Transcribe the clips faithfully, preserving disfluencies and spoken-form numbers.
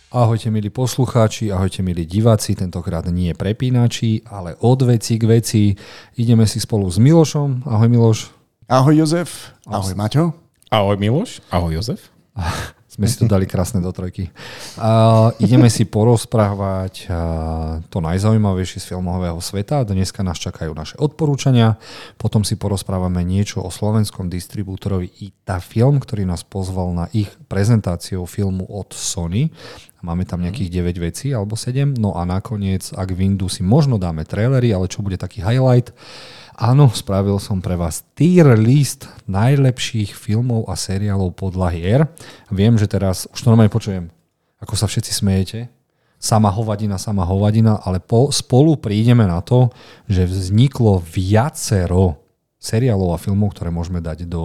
Ahojte milí poslucháči, ahojte milí diváci, tentokrát nie prepínači, ale od veci k veci. Ideme si spolu s Milošom. Ahoj Miloš. Ahoj Jozef. Ahoj Maťo. Ahoj Miloš. Ahoj Jozef. Sme si to dali krásne do trojky. Uh, ideme si porozprávať uh, to najzaujímavejšie z filmového sveta. Dneska nás čakajú naše odporúčania. Potom si porozprávame niečo o slovenskom distribútorovi Itafilm, ktorý nás pozval na ich prezentáciu filmu od Sony. Máme tam nejakých deväť vecí alebo sedem. No a nakoniec, ak vyjdu, si možno dáme trailery, ale čo bude taký highlight. Áno, spravil som pre vás tier list najlepších filmov a seriálov podľa hier. Viem, že teraz už to normálne počujem, ako sa všetci smejete. Sama hovadina, sama hovadina, ale po, spolu prídeme na to, že vzniklo viacero seriálov a filmov, ktoré môžeme dať do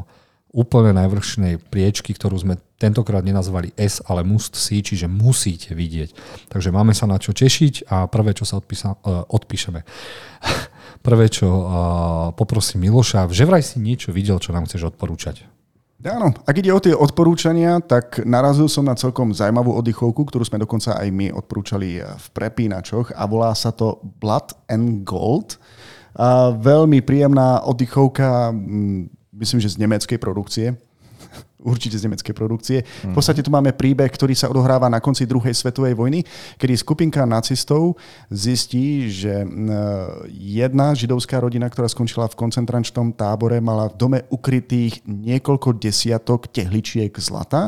úplne najvrchšnej priečky, ktorú sme tentokrát nenazvali S, ale must see, čiže musíte vidieť. Takže máme sa na čo tešiť a prvé, čo sa odpísa, uh, odpíšeme. Prvé, čo uh, poprosím Miloša, že vraj si niečo videl, čo nám chceš odporúčať. Áno, ak ide o tie odporúčania, tak narazil som na celkom zaujímavú oddychovku, ktorú sme dokonca aj my odporúčali v prepínačoch a volá sa to Blood and Gold. A veľmi príjemná oddychovka, myslím, že z nemeckej produkcie. Určite z nemeckej produkcie. V podstate tu máme príbeh, ktorý sa odohráva na konci druhej svetovej vojny, kedy skupinka nacistov zistí, že jedna židovská rodina, ktorá skončila v koncentračnom tábore, mala v dome ukrytých niekoľko desiatok tehličiek zlata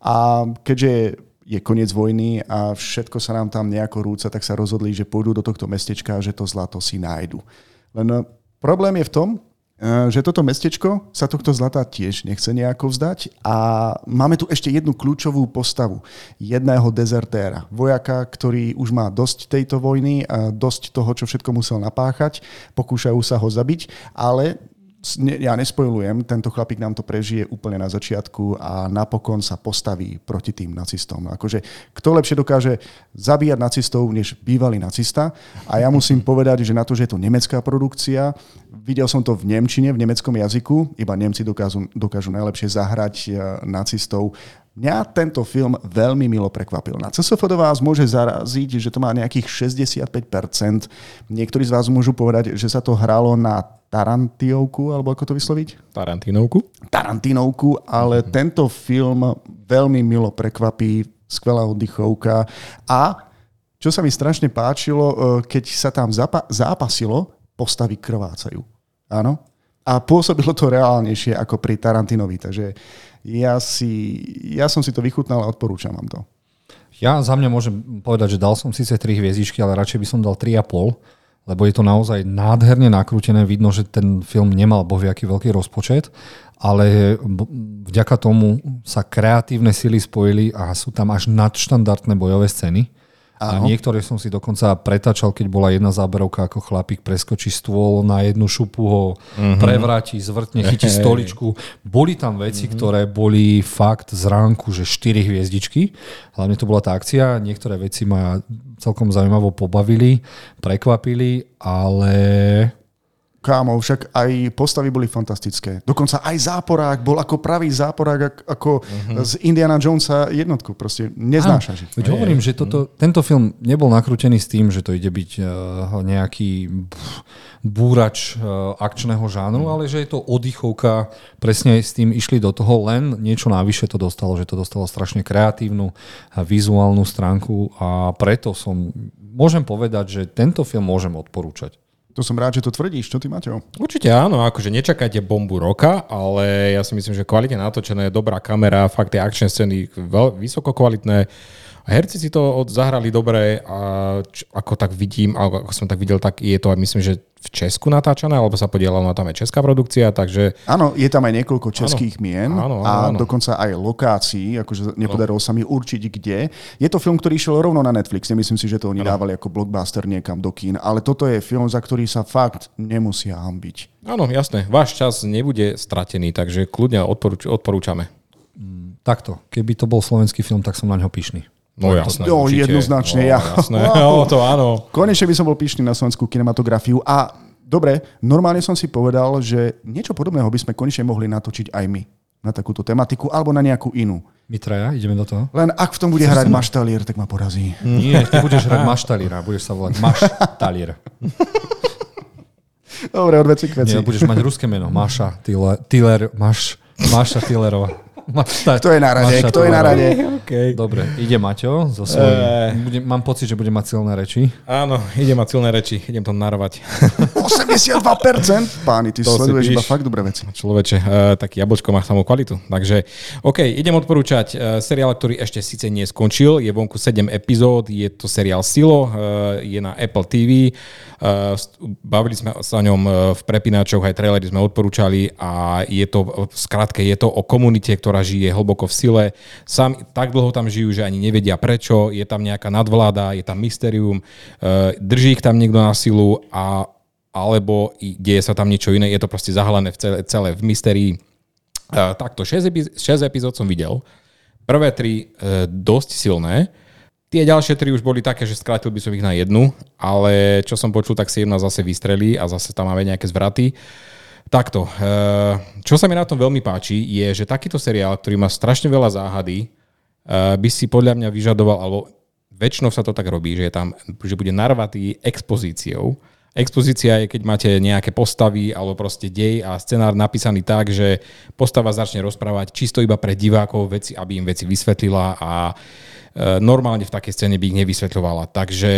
a keďže je koniec vojny a všetko sa nám tam nejako rúca, tak sa rozhodli, že pôjdu do tohto mestečka a že to zlato si nájdu. Len problém je v tom, že toto mestečko sa tohto zlata tiež nechce nejako vzdať a máme tu ešte jednu kľúčovú postavu. Jedného dezertéra, vojaka, ktorý už má dosť tejto vojny a dosť toho, čo všetko musel napáchať. Pokúšajú sa ho zabiť, ale ja nespojlujem, tento chlapík nám to prežije úplne na začiatku a napokon sa postaví proti tým nacistom. Akože kto lepšie dokáže zabíjať nacistov, než bývalý nacista. A ja musím povedať, že na to, že je to nemecká produkcia, videl som to v nemčine, v nemeckom jazyku, iba Nemci dokážu, dokážu najlepšie zahrať nacistov. Mňa tento film veľmi milo prekvapil. Na C S F D vás môže zaraziť, že to má nejakých šesťdesiatpäť percent. Niektorí z vás môžu povedať, že sa to hralo na Tarantinovku, alebo ako to vysloviť? Tarantinovku. Tarantinovku, ale mm-hmm. tento film veľmi milo prekvapí, skvelá oddychovka. A čo sa mi strašne páčilo, keď sa tam zapa- zápasilo, postavy krvácajú. Áno? A pôsobilo to reálnejšie ako pri Tarantinovi, takže ja, si, ja som si to vychutnal a odporúčam vám to. Ja za mňa môžem povedať, že dal som síce tri hviezdičky, ale radšej by som dal tri a pol, lebo je to naozaj nádherne nakrútené. Vidno, že ten film nemal bohviaký veľký rozpočet, ale vďaka tomu sa kreatívne sily spojili a sú tam až nadštandardné bojové scény. A Áno. niektoré som si dokonca pretačal, keď bola jedna záberovka, ako chlapík preskočí stôl, na jednu šupu ho uh-huh. prevráti, zvrtne, chytí stoličku. Boli tam veci, uh-huh. ktoré boli fakt z ránku, že štyri hviezdičky. Hlavne to bola tá akcia. Niektoré veci ma celkom zaujímavo pobavili, prekvapili, ale... Kámo, však aj postavy boli fantastické. Dokonca aj záporák bol ako pravý záporák, ako uh-huh. z Indiana Jonesa jednotku. Proste neznášaš ich. Veď hovorím, že toto, tento film nebol nakrútený s tým, že to ide byť uh, nejaký búrač uh, akčného žánru, uh-huh. ale že je to oddychovka. Presne s tým išli do toho, len niečo navyše to dostalo, že to dostalo strašne kreatívnu a vizuálnu stránku a preto som, môžem povedať, že tento film môžem odporúčať. To som rád, že to tvrdíš. Čo ty, Maťo? Určite áno, akože nečakajte bombu roka, ale ja si myslím, že kvalitne natočené, dobrá kamera, fakt tie akčné scény veľ, vysoko kvalitné. A herci si to zahrali dobre a č- ako tak vidím, ako som tak videl, tak je to aj myslím, že v Česku natáčané, alebo sa podielala na tam aj česká produkcia, takže... Áno, je tam aj niekoľko českých áno. mien áno, áno, a áno. dokonca aj lokácií, akože nepodarilo sa mi určiť kde. Je to film, ktorý išiel rovno na Netflix, nemyslím si, že to oni áno. dávali ako blockbuster niekam do kín, ale toto je film, za ktorý sa fakt nemusia hanbiť. Áno, jasné, váš čas nebude stratený, takže kľudne odporúč- odporúčame. Mm, takto, keby to bol slovenský film, tak som na ňo pyšný. No jasné, no, jednoznačne, no, ja. Jasné, no, to áno. Konečne by som bol pyšný na slovenskú kinematografiu a dobre, normálne som si povedal, že niečo podobného by sme konečne mohli natočiť aj my na takúto tematiku alebo na nejakú inú. My traja, ideme do toho? Len ak v tom bude hrať Maštalier, tak ma porazí. Nie, ty budeš hrať Maštaliera, budeš sa volať Maštalier. Dobre, od veci k veci. Nie, budeš mať ruské meno. Maša Tiller, Tiller Maš, Maša Tillerová. Mašta, Kto je na rade? Kto je na rade? Okay. Dobre, ide Maťo zo svojím. Eh. Bude, mám pocit, že bude mať silné reči. Áno, idem mať silné reči, idem to narovať. osemdesiatdva percent? Páni, ty To sleduješ si iba píš. fakt dobré veci. Človeče, uh, taký jablčko má samú kvalitu. Takže, OK, idem odporúčať uh, seriál, ktorý ešte síce neskončil. Je vonku sedem epizód, je to seriál Silo, uh, je na Apple té vé. Uh, bavili sme sa o ňom uh, v prepínačoch, aj trailery sme odporúčali a je to, v skratke, je to o komunite, ktorá žije hlboko v sile. Sám tak dlho tam žijú, že ani nevedia prečo. Je tam nejaká nadvláda, je tam mystérium, uh, drží ich tam niekto na silu a alebo deje sa tam niečo iné. Je to proste zahalené v celé, celé v mystérii. Uh, takto, šesť epizód som videl. Prvé tri uh, dosť silné. Tie ďalšie tri už boli také, že skrátil by som ich na jednu, ale čo som počul, tak si jedna zase vystrelí a zase tam máme nejaké zvraty. Takto, uh, čo sa mi na tom veľmi páči, je, že takýto seriál, ktorý má strašne veľa záhady, uh, by si podľa mňa vyžadoval, alebo väčšinou sa to tak robí, že je tam, že bude narvatý expozíciou. Expozícia je, keď máte nejaké postavy alebo proste dej a scenár napísaný tak, že postava začne rozprávať čisto iba pre divákov veci, aby im veci vysvetlila a normálne v takej scéne by ich nevysvetľovala. Takže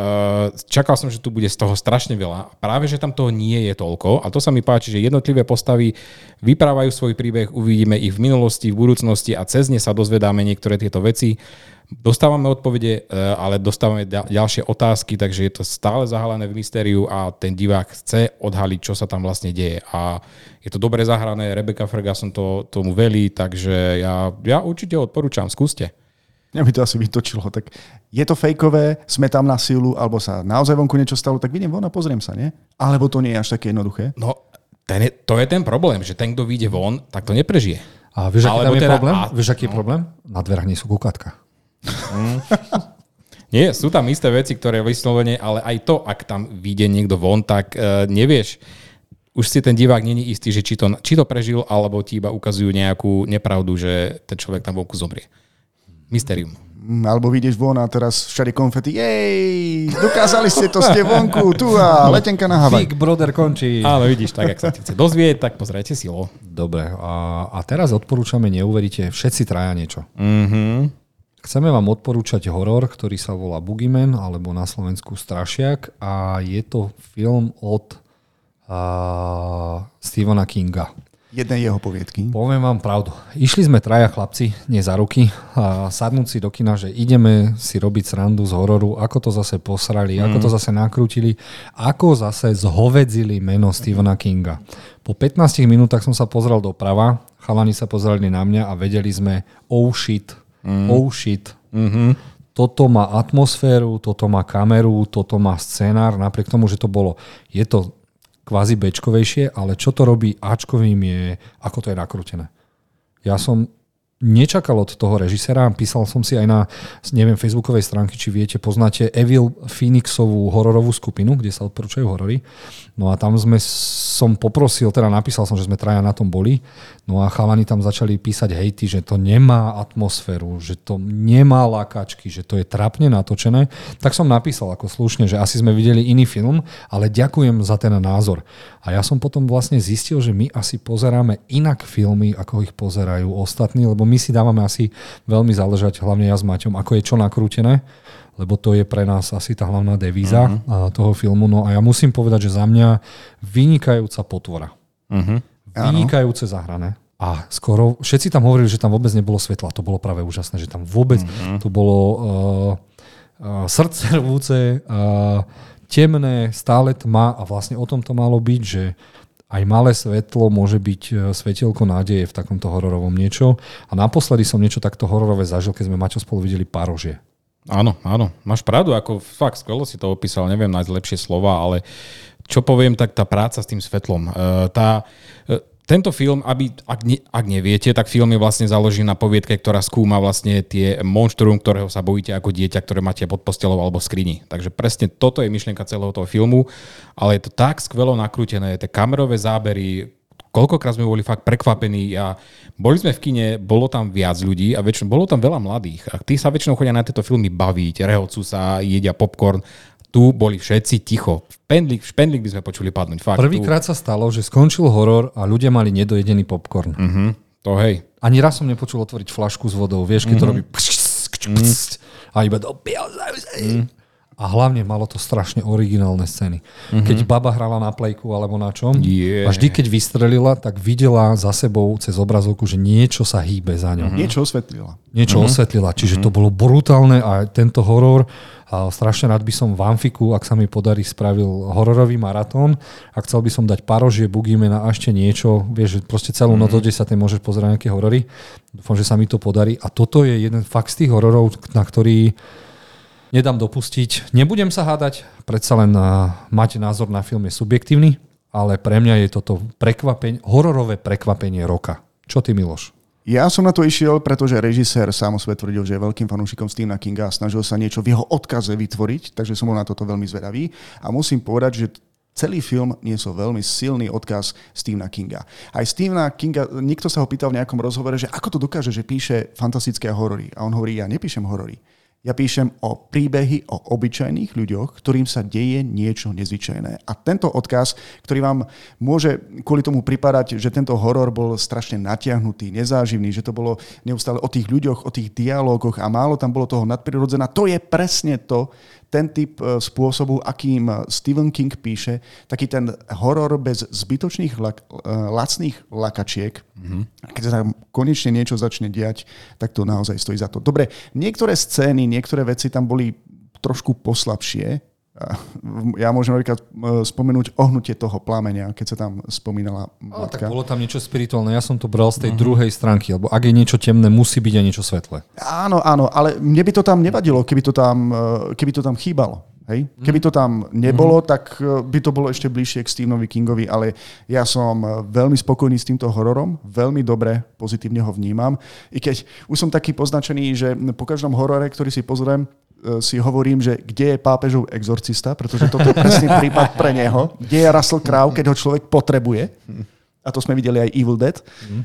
čakal som, že tu bude z toho strašne veľa. Práve, že tam toho nie je toľko a to sa mi páči, že jednotlivé postavy vyprávajú svoj príbeh, uvidíme ich v minulosti, v budúcnosti a cez ne sa dozvedáme niektoré tieto veci. Dostávame odpovede, ale dostávame ďalšie otázky, takže je to stále zahalené v mystériu a ten divák chce odhaliť, čo sa tam vlastne deje. A je to dobre zahrané, Rebecca Ferguson to tomu velí, takže ja, ja určite odporúčam, skúste. Mňa by to asi vytočilo. Tak je to fejkové, sme tam na silu, alebo sa naozaj vonku niečo stalo, tak vidím von a pozriem sa, nie? Alebo to nie je až také jednoduché? No, ten je, to je ten problém, že ten, kto vyjde von, tak to neprežije. A vieš, aký tam je teda, problém? A, Vieš, aký je no. problém? Na dverách nie sú kukátka. Mm. Nie, sú tam isté veci, ktoré vyslovene, ale aj to, ak tam vyjde niekto von, tak uh, nevieš, už si ten divák není istý, že či to, či to prežil, alebo ti iba ukazujú nejakú nepravdu, že ten človek tam vonku zomrie. Mysterium. Alebo vyjdeš von a teraz všade konfety. Jej, dokázali ste to, ste vonku, tu a letenka na Havaj. Big Brother končí. Áno, vidíš, tak, ak sa ti chce dozvieť, tak pozrite Silo. Dobre, a, a teraz odporúčame, neuveríte, všetci traja niečo. Mhm. Chceme vám odporúčať horor, ktorý sa volá Boogeyman, alebo na Slovensku Strašiak a je to film od uh, Stephena Kinga. Jedné jeho poviedky. Poviem vám pravdu. Išli sme traja chlapci, nie za ruky, a sadnúť si do kina, že ideme si robiť srandu z hororu, ako to zase posrali, mm. ako to zase nakrútili, ako zase zhovedzili meno Stephena Kinga. Po pätnástich minútach som sa pozrel doprava, chalani sa pozreli na mňa a vedeli sme, oh shit, mm. oh shit. Mm-hmm. Toto má atmosféru, toto má kameru, toto má scenár, napriek tomu, že to bolo, je to kvázi bečkovejšie, ale čo to robí áčkovým je, ako to je nakrútené. Ja som nečakal od toho režisera, písal som si aj na, neviem, facebookovej stránky, či viete, poznáte Evil Phoenixovú hororovú skupinu, kde sa odporúčajú horory. No a tam sme, som poprosil, teda napísal som, že sme traja na tom boli, no a chalani tam začali písať hejty, že to nemá atmosféru, že to nemá lákačky, že to je trapne natočené. Tak som napísal ako slušne, že asi sme videli iný film, ale ďakujem za ten názor. A ja som potom vlastne zistil, že my asi pozeráme inak filmy, ako ich pozerajú ostatní, lebo my si dávame asi veľmi záležať, hlavne ja s Maťom, ako je čo nakrútené, lebo to je pre nás asi tá hlavná devíza uh-huh. toho filmu. No a ja musím povedať, že za mňa vynikajúca potvora. Uh-huh. Vynikajúce zahrané. A skoro všetci tam hovorili, že tam vôbec nebolo svetla. To bolo práve úžasné, že tam vôbec uh-huh. to bolo uh, uh, srdcervúce, uh, temné, stále tma a vlastne o tom to malo byť, že aj malé svetlo môže byť svetielko nádeje v takomto hororovom niečo. A naposledy som niečo takto hororové zažil, keď sme Maťo spolu videli Parožie. Áno, áno, máš pravdu, ako fakt skvelo si to opísal, neviem nájsť lepšie slova, ale čo poviem, tak tá práca s tým svetlom, tá, tento film, aby, ak, ne, ak neviete, tak film je vlastne založený na poviedke, ktorá skúma vlastne tie monštrum, ktorého sa bojíte ako dieťa, ktoré máte pod postelou alebo v skrini. Takže presne toto je myšlienka celého toho filmu, ale je to tak skvelo nakrútené, tie kamerové zábery, koľkokrát sme boli fakt prekvapení a boli sme v kine, bolo tam viac ľudí a väčšinou, bolo tam veľa mladých a tí sa väčšinou chodia na tieto filmy baviť, rehocú sa, jedia popcorn. Tu boli všetci ticho. Špendlík, špendlík by sme počuli padnúť. Fakt, prvýkrát tu... sa stalo, že skončil horor a ľudia mali nedojedený popcorn. Uh-huh. To hej. Ani raz som nepočul otvoriť flašku s vodou. Vieš, keď uh-huh. to robí a iba do mm. A hlavne malo to strašne originálne scény. Mm-hmm. Keď baba hrala na plejku alebo na čom, yeah. a vždy keď vystrelila, tak videla za sebou cez obrazovku, že niečo sa hýbe za ňou. Mm-hmm. Niečo osvetlila. Niečo mm-hmm. osvetlila. Čiže mm-hmm. to bolo brutálne a tento horor, a strašne rád by som v Amfiku, ak sa mi podarí, spravil hororový maratón a chcel by som dať Parožie, Bugimena a ešte niečo. Vieš, že proste celú mm-hmm. noc do desiatej môžeš pozerať nejaké horory. Dúfam, že sa mi to podarí. A toto je jeden fakt z tých hororov, na ktorý nedám dopustiť. Nebudem sa hádať, predsa len uh, máte názor na film je subjektívny, ale pre mňa je toto prekvapenie, hororové prekvapenie roka. Čo ty, Miloš? Ja som na to išiel, pretože režisér sám o sebe tvrdil, že je veľkým fanúšikom Stephena Kinga a snažil sa niečo v jeho odkaze vytvoriť, takže som bol na toto veľmi zvedavý. A musím povedať, že celý film niesol veľmi silný odkaz Stephena Kinga. Aj Stephena Kinga, niekto sa ho pýtal v nejakom rozhovore, že ako to dokáže, že píše fantastické horory. A on hovorí, ja nepíšem horory. Ja píšem o príbehy o obyčajných ľuďoch, ktorým sa deje niečo nezvyčajné. A tento odkaz, ktorý vám môže kvôli tomu pripadať, že tento horor bol strašne natiahnutý, nezáživný, že to bolo neustále o tých ľuďoch, o tých dialógoch a málo tam bolo toho nadprirodzená. To je presne to, ten typ spôsobu, akým Stephen King píše, taký ten horor bez zbytočných lak, lacných lakačiek. Mm-hmm. Keď sa tam konečne niečo začne diať, tak to naozaj stojí za to. Dobre, niektoré scény, niektoré veci tam boli trošku poslabšie. Ja môžem napríklad spomenúť ohnutie toho plameňa, keď sa tam spomínala matka. Tak bolo tam niečo spirituálne. Ja som to bral z tej uh-huh. druhej stránky, lebo ak je niečo temné, musí byť aj niečo svetlé. Áno, áno, ale mne by to tam nevadilo, keby to tam, keby to tam chýbalo. Hej? Keby to tam nebolo, uh-huh. tak by to bolo ešte bližšie k Stephenovi Kingovi, ale ja som veľmi spokojný s týmto hororom, veľmi dobre, pozitívne ho vnímam. I keď už som taký poznačený, že po každom horore, ktorý si pozriem, si hovorím, že kde je pápežov exorcista, pretože toto je presný prípad pre neho. Kde je Russell Crowe, keď ho človek potrebuje. A to sme videli aj Evil Dead.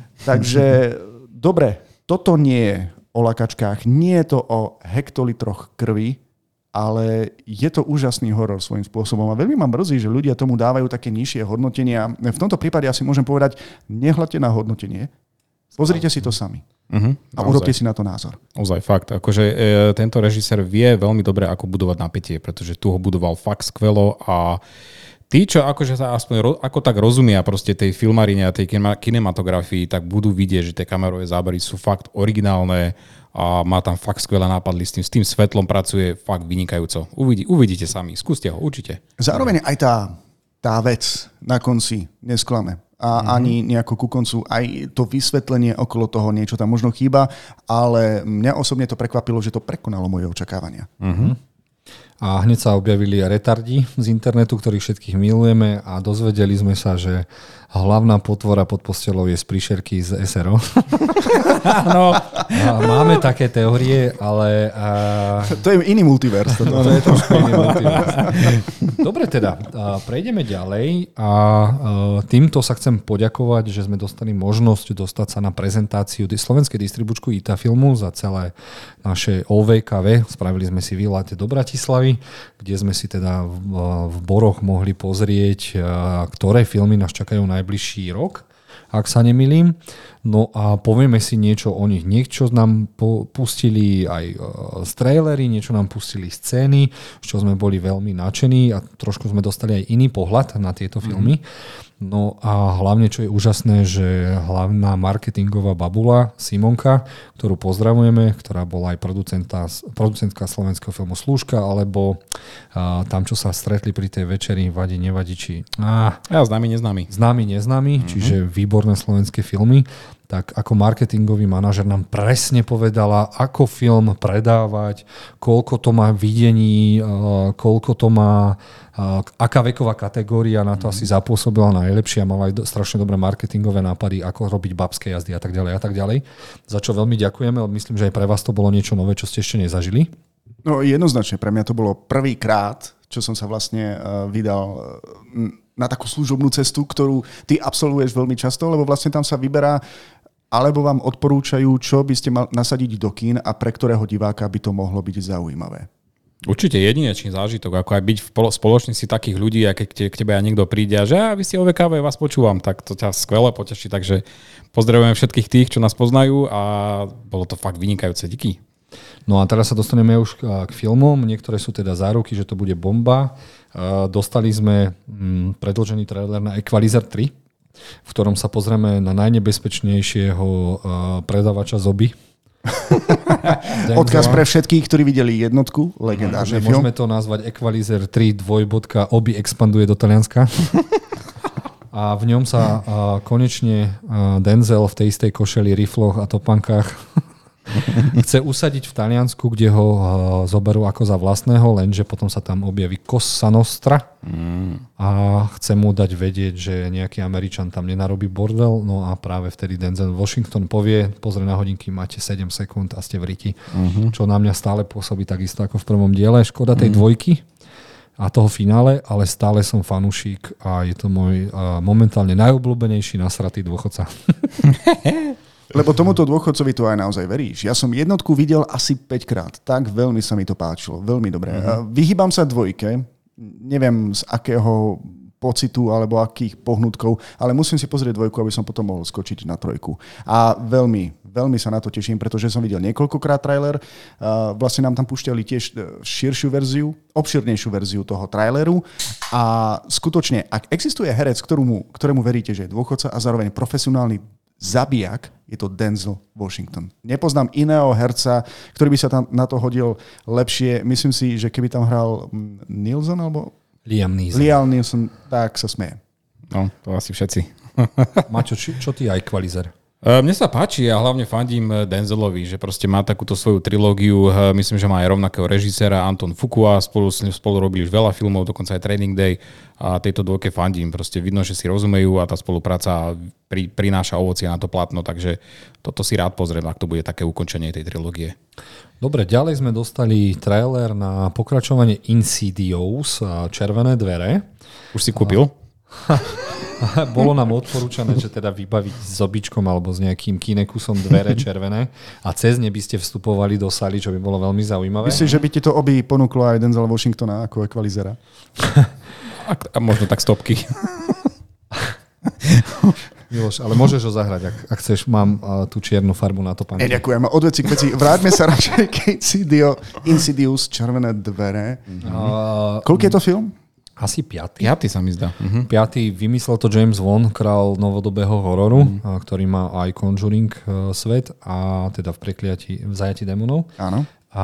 Takže dobre, toto nie je o lakačkách, nie je to o hektolitroch krvi, ale je to úžasný horor svojím spôsobom. A veľmi ma mrzí, že ľudia tomu dávajú také nižšie hodnotenia. V tomto prípade asi môžem povedať, nehľadte na hodnotenie. Pozrite si to sami. Uh-huh, a urobte si na to názor. Ozaj, fakt. Akože e, tento režisér vie veľmi dobre, ako budovať napätie, pretože tu ho budoval fakt skvelo a tí, čo akože sa aspoň ro, ako tak rozumia proste tej filmarine a tej kinematografii, tak budú vidieť, že tie kamerové zábery sú fakt originálne a má tam fakt skvelé nápady s tým, s tým svetlom pracuje fakt vynikajúco. Uvidí, uvidíte sami, skúste ho, určite. Zároveň aj tá, tá vec na konci nesklame. A mm-hmm. ani nejako ku koncu aj to vysvetlenie okolo toho niečo tam možno chýba, ale mňa osobne to prekvapilo, že to prekonalo moje očakávania. Mm-hmm. A hneď sa objavili aj retardi z internetu, ktorých všetkých milujeme a dozvedeli sme sa, že hlavná potvora pod postelou je z príšerky z es er o. No, máme také teórie, ale... A... To je iný multivers. No, to je trošku iný multivers. Dobre teda, prejdeme ďalej a týmto sa chcem poďakovať, že sme dostali možnosť dostať sa na prezentáciu slovenskej distribučku í té á filmu za celé naše ó vé ká vé. Spravili sme si výlet do Bratislavy, kde sme si teda v, v Boroch mohli pozrieť, ktoré filmy nás čakajú najbližší rok, ak sa nemýlim. No a povieme si niečo o nich. Niečo nám pustili aj z trailery, niečo nám pustili scény, z čoho sme boli veľmi nadšení a trošku sme dostali aj iný pohľad na tieto filmy. Mm-hmm. No a hlavne, čo je úžasné, že hlavná marketingová babula Simonka, ktorú pozdravujeme, ktorá bola aj producentka slovenského filmu Slúžka, alebo a, tam, čo sa stretli pri tej večeri, vadí, nevadí, či... Á, ja známy, neznámy. Známy, neznámy, mm-hmm. čiže výborné slovenské filmy. Tak ako marketingový manažer nám presne povedala, ako film predávať, koľko to má videní, koľko to má, aká veková kategória na to mm. asi zapôsobila najlepšie a mala aj strašne dobré marketingové nápady, ako robiť babské jazdy a tak ďalej a tak ďalej. Za čo veľmi ďakujeme, myslím, že aj pre vás to bolo niečo nové, čo ste ešte nezažili. No jednoznačne, pre mňa to bolo prvýkrát, čo som sa vlastne vydal na takú služobnú cestu, ktorú ty absolvuješ veľmi často, lebo vlastne tam sa vyberá, alebo vám odporúčajú, čo by ste mali nasadiť do kín a pre ktorého diváka by to mohlo byť zaujímavé. Určite jedinečný zážitok, ako aj byť v spoločnosti takých ľudí, a keď k tebe aj niekto príde a že a vy ste ó vé ká vé, vás počúvam, tak to ťa skvele poteší, takže pozdravujem všetkých tých, čo nás poznajú a bolo to fakt vynikajúce. Díky. No a teraz sa dostaneme už k filmom. Niektoré sú teda záruky, že to bude bomba. Dostali sme predĺžený trailer na Equalizer tri, v ktorom sa pozrieme na najnebezpečnejšieho predavača zoby. Odkaz pre všetkých, ktorí videli jednotku, legendárny film. Môžeme to nazvať Equalizer tri dvojbodka Obi expanduje do Talianska. A v ňom sa konečne Denzel v tej istej košeli, rifloch a topankách chce usadiť v Taliansku, kde ho zoberú ako za vlastného, lenže potom sa tam objaví Cosa Nostra mm. a chce mu dať vedieť, že nejaký Američan tam nenarobí bordel. No a práve vtedy Denzel Washington povie, pozrie na hodinky, máte sedem sekúnd a ste v riti. Mm-hmm. Čo na mňa stále pôsobí takisto ako v prvom diele. Škoda tej mm. dvojky a toho finále, ale stále som fanúšik a je to môj uh, momentálne najobľúbenejší nasratý dôchodca. Lebo tomuto dôchodcovi to aj naozaj veríš. Ja som jednotku videl asi päťkrát. Tak veľmi sa mi to páčilo. Veľmi dobre. Uh-huh. Vyhýbam sa dvojke. Neviem z akého pocitu alebo akých pohnutkov, ale musím si pozrieť dvojku, aby som potom mohol skočiť na trojku. A veľmi, veľmi sa na to teším, pretože som videl niekoľkokrát trailer. Vlastne nám tam púšťali tiež širšiu verziu, obširnejšiu verziu toho traileru. A skutočne, ak existuje herec, ktorému, ktorému veríte, že je dôchodca a zároveň profesionálny zabijak, je to Denzel Washington. Nepoznám iného herca, ktorý by sa tam na to hodil lepšie. Myslím si, že keby tam hral Nielsen alebo... Liam Neeson. Liam Neeson, tak sa smeje. No, to asi všetci. Maťo, či, čo ty aj Equalizer? Mne sa páči a hlavne fandím Denzelovi, že proste má takúto svoju trilógiu. Myslím, že má aj rovnakého režiséra Anton Fuqua, spolu, spolu robili veľa filmov, dokonca aj Training Day a tejto dvojke fandím. Proste vidno, že si rozumejú a tá spolupráca pri, prináša ovocie na to platno, takže toto si rád pozriem, ak to bude také ukončenie tej trilógie. Dobre, ďalej sme dostali trailer na pokračovanie Insidious, Červené dvere. Už si kúpil? Bolo nám odporúčané, že teda vybaviť s običkom alebo s nejakým kinekusom dvere červené a cez ne by ste vstupovali do sály, čo by bolo veľmi zaujímavé. Myslíš, že by ti to obi ponúklo aj Denzel Washingtona ako Equalizera? A, a možno tak stopky. Miloš, ale môžeš ho zahrať, ak, ak chceš, mám uh, tú čiernu farbu na to, pán. Ja, ďakujem. Od veci k veci. Vráťme sa radšej k Insidious, Červené dvere. Uh, Koľko je to film? Asi piatý. Piatý sa mi zdá. Uh-huh. Piatý, vymyslel to James Wan, král novodobého hororu, uh-huh. ktorý má aj Conjuring uh, svet a teda v prekliati, v zajati démonov. Áno. A,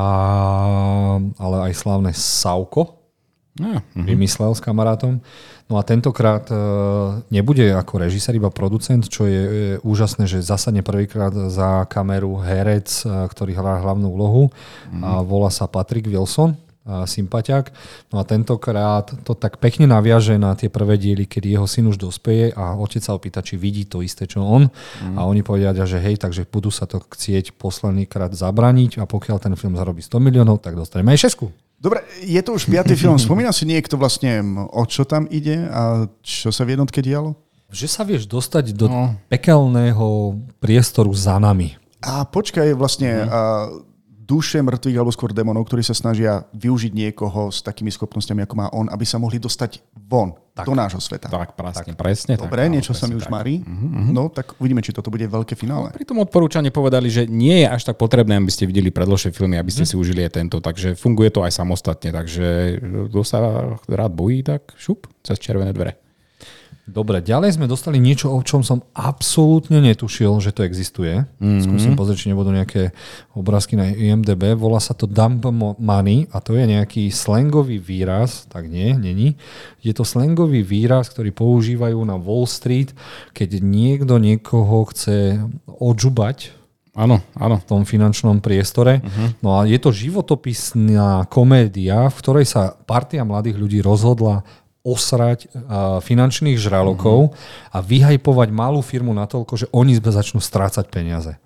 ale aj slávne Sauko uh-huh. vymyslel s kamarátom. No a tentokrát uh, nebude ako režisér, iba producent, čo je, je úžasné, že zasadne prvýkrát za kameru herec, uh, ktorý hrá hlavnú úlohu uh-huh. a volá sa Patrick Wilson. Sympatiak. No a tentokrát to tak pekne naviaže na tie prvé diely, kedy jeho syn už dospeje a otec sa opýta, či vidí to isté, čo on. Mm. A oni povedia, že hej, takže budú sa to chcieť posledný krát zabraniť a pokiaľ ten film zarobí sto miliónov, tak dostaneme aj šesku. Dobre, je to už piatý film. Spomína si niekto vlastne, o čo tam ide a čo sa v jednotke dialo? Že sa vieš dostať do no. pekelného priestoru za nami. A počkaj, vlastne... Mm. A... duše mŕtvych alebo skôr démonov, ktorí sa snažia využiť niekoho s takými schopnosťami, ako má on, aby sa mohli dostať von tak, do nášho sveta. Tak, presne. Tak. presne Dobre, tak, niečo presne, sa mi už tak. marí. Uh-huh. No, tak uvidíme, či toto bude veľké finále. No, pri tom odporúčaní povedali, že nie je až tak potrebné, aby ste videli predložšie filmy, aby ste uh-huh. si užili aj tento. Takže funguje to aj samostatne. Takže kto sa rád bojí, tak šup, cez červené dvere. Dobre, ďalej sme dostali niečo, o čom som absolútne netušil, že to existuje. Mm-hmm. Skúsim pozrieť, či nebudú nejaké obrázky na í em dé bé. Volá sa to dump money a to je nejaký slangový výraz. Tak nie, není. Je to slangový výraz, ktorý používajú na Wall Street, keď niekto niekoho chce odžubať. Áno, áno. V tom finančnom priestore. Uh-huh. No a je to životopisná komédia, v ktorej sa partia mladých ľudí rozhodla osrať uh, finančných žralokov uh-huh. a vyhajpovať malú firmu natoľko, že oni začnú strácať peniaze.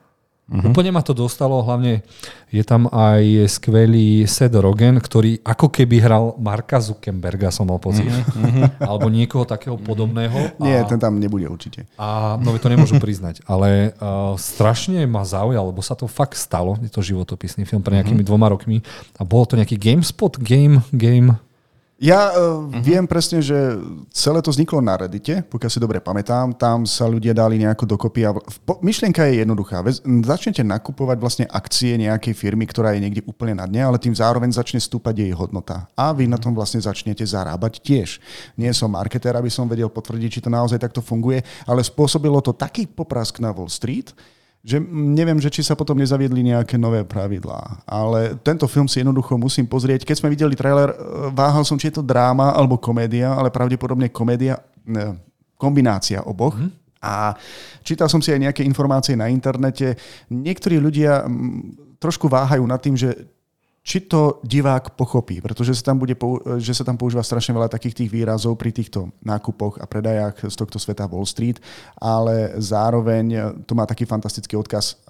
Uh-huh. Úplne ma to dostalo, hlavne je tam aj skvelý Seth Rogen, ktorý ako keby hral Marka Zuckerberga, som mal pocit. Uh-huh. Alebo niekoho takého podobného. Nie, a, ten tam nebude určite. A, no to nemôžu priznať, ale uh, strašne ma zaujal, lebo sa to fakt stalo. Je to životopisný film pre nejakými uh-huh. dvoma rokmi a bolo to nejaký GameSpot game, game Ja uh, uh-huh. viem presne, že celé to vzniklo na Reddite, pokiaľ si dobre pamätám. Tam sa ľudia dali nejako dokopy a po, myšlienka je jednoduchá. Vez, začnete nakupovať vlastne akcie nejakej firmy, ktorá je niekde úplne na dne, ale tým zároveň začne stúpať jej hodnota. A vy na tom vlastne začnete zarábať tiež. Nie som marketér, aby som vedel potvrdiť, či to naozaj takto funguje, ale spôsobilo to taký poprask na Wall Street, že neviem, že či sa potom nezaviedli nejaké nové pravidlá. Ale tento film si jednoducho musím pozrieť. Keď sme videli trailer, váhal som, či je to dráma alebo komédia, ale pravdepodobne komédia, ne, kombinácia oboch. Mm. A čítal som si aj nejaké informácie na internete. Niektorí ľudia trošku váhajú nad tým, že či to divák pochopí, pretože sa tam, bude, že sa tam používa strašne veľa takých tých výrazov pri týchto nákupoch a predajách z tohto sveta Wall Street, ale zároveň to má taký fantastický odkaz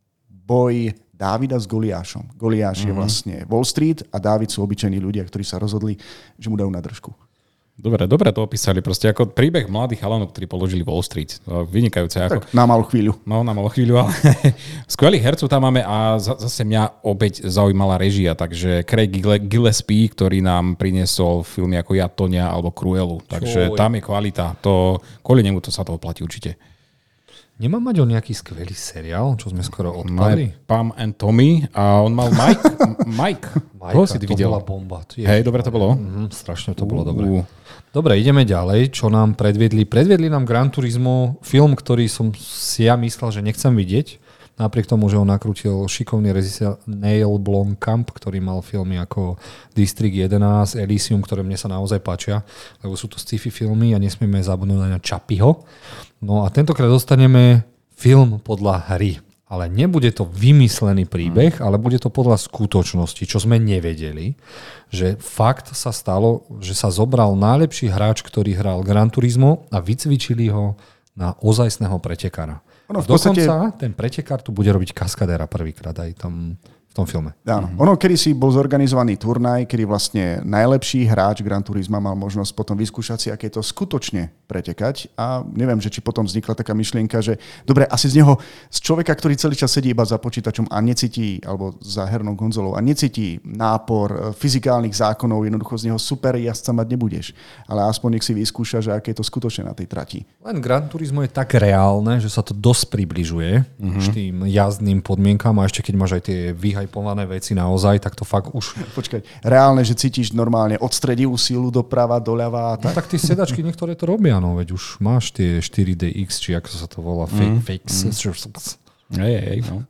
boj Dávida s Goliášom. Goliáš mm-hmm. je vlastne Wall Street a Dávid sú obyčajní ľudia, ktorí sa rozhodli, že mu dajú na držku. Dobre, dobre to opísali. Proste ako príbeh mladých chalanov, ktorí položili Wall Street. Vynikajúce. Ako... Tak na malú chvíľu. No, na malú chvíľu, ale skvelých hercov tam máme a zase mňa opäť zaujímala režia, takže Craig Gillespie, ktorý nám priniesol filmy ako Ja, Tonia alebo Cruelu. Takže Čo tam je kvalita. To, kvôli nemu to sa toho platí určite. Nemá mať on nejaký skvelý seriál, čo sme skoro odpadli? Pam and Tommy a on mal Mike. Mike. Majka, si to videl? Bola bomba. Hej, dobre to bolo? Mm, strašne to bolo uh. dobre. Dobre, ideme ďalej. Čo nám predviedli? Predviedli nám Gran Turismo, film, ktorý som si ja myslel, že nechcem vidieť. Napriek tomu, že ho nakrútil šikovný režisér Neil Blomkamp, ktorý mal filmy ako District jedenásť, Elysium, ktoré mne sa naozaj páčia, lebo sú to sci-fi filmy a nesmieme zabudnúť na Chappieho. No a tentokrát dostaneme film podľa hry. Ale nebude to vymyslený príbeh, hmm. ale bude to podľa skutočnosti, čo sme nevedeli, že fakt sa stalo, že sa zobral najlepší hráč, ktorý hral Gran Turismo a vycvičili ho na ozajstného pretekára. Ono v podstate... Dokonca ten pretekár tu bude robiť kaskadéra prvýkrát aj tam v tom filme. Áno. Mm-hmm. Ono kedysi bol zorganizovaný turnaj, kedy vlastne najlepší hráč Gran Turisma mal možnosť potom vyskúšať si, aké to skutočne pretekať. A neviem, že či potom vznikla taká myšlienka, že dobre, asi z neho, z človeka, ktorý celý čas sedí iba za počítačom a necíti, alebo za hernou konzolou a necíti nápor fyzikálnych zákonov, jednoducho z neho super jazdca mať nebudeš. Ale aspoň nech si vyskúša, že aké je to skutočne na tej trati. Len Gran Turismo je tak reálne, že sa to dosť približuje mm-hmm. tým jazdným podmienkam a ešte keď máš aj tie vyhajpované veci naozaj, tak to fakt už... Počkaj, reálne, že cítiš normálne odstredivú sílu doprava, doľava. Tak, no, tak tie sedačky niektoré to robia, no veď už máš tie štyri dé iks, či ako sa to volá, fake, mm. fake. Mm. Hej, hej, no.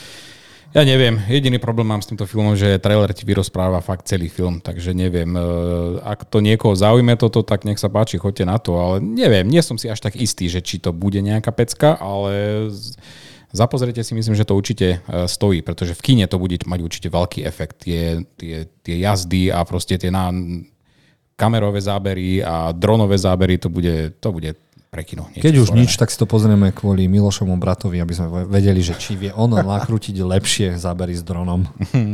Ja neviem, jediný problém mám s týmto filmom, že trailer ti vyrozpráva fakt celý film, takže neviem, ak to niekoho zaujme toto, tak nech sa páči, choďte na to, ale neviem, nie som si až tak istý, že či to bude nejaká pecka, ale zapozrite si, myslím, že to určite stojí, pretože v kine to bude mať určite veľký efekt, tie, tie, tie jazdy a proste tie na kamerové zábery a dronové zábery, to bude, to bude pre kino. Keď už stvorené. Nič, tak si to pozrieme kvôli Milošomu bratovi, aby sme vedeli, že či vie on nakrútiť lepšie zábery s dronom.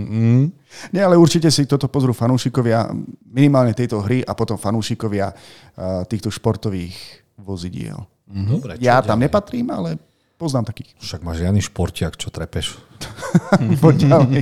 Nie, ale určite si toto pozrú fanúšikovia minimálne tejto hry a potom fanúšikovia týchto športových vozidiel. Dobre, ja tam ďalej? Nepatrím, ale poznám takých. Však máš žiadny športiak, čo trepeš. Poď ďalej.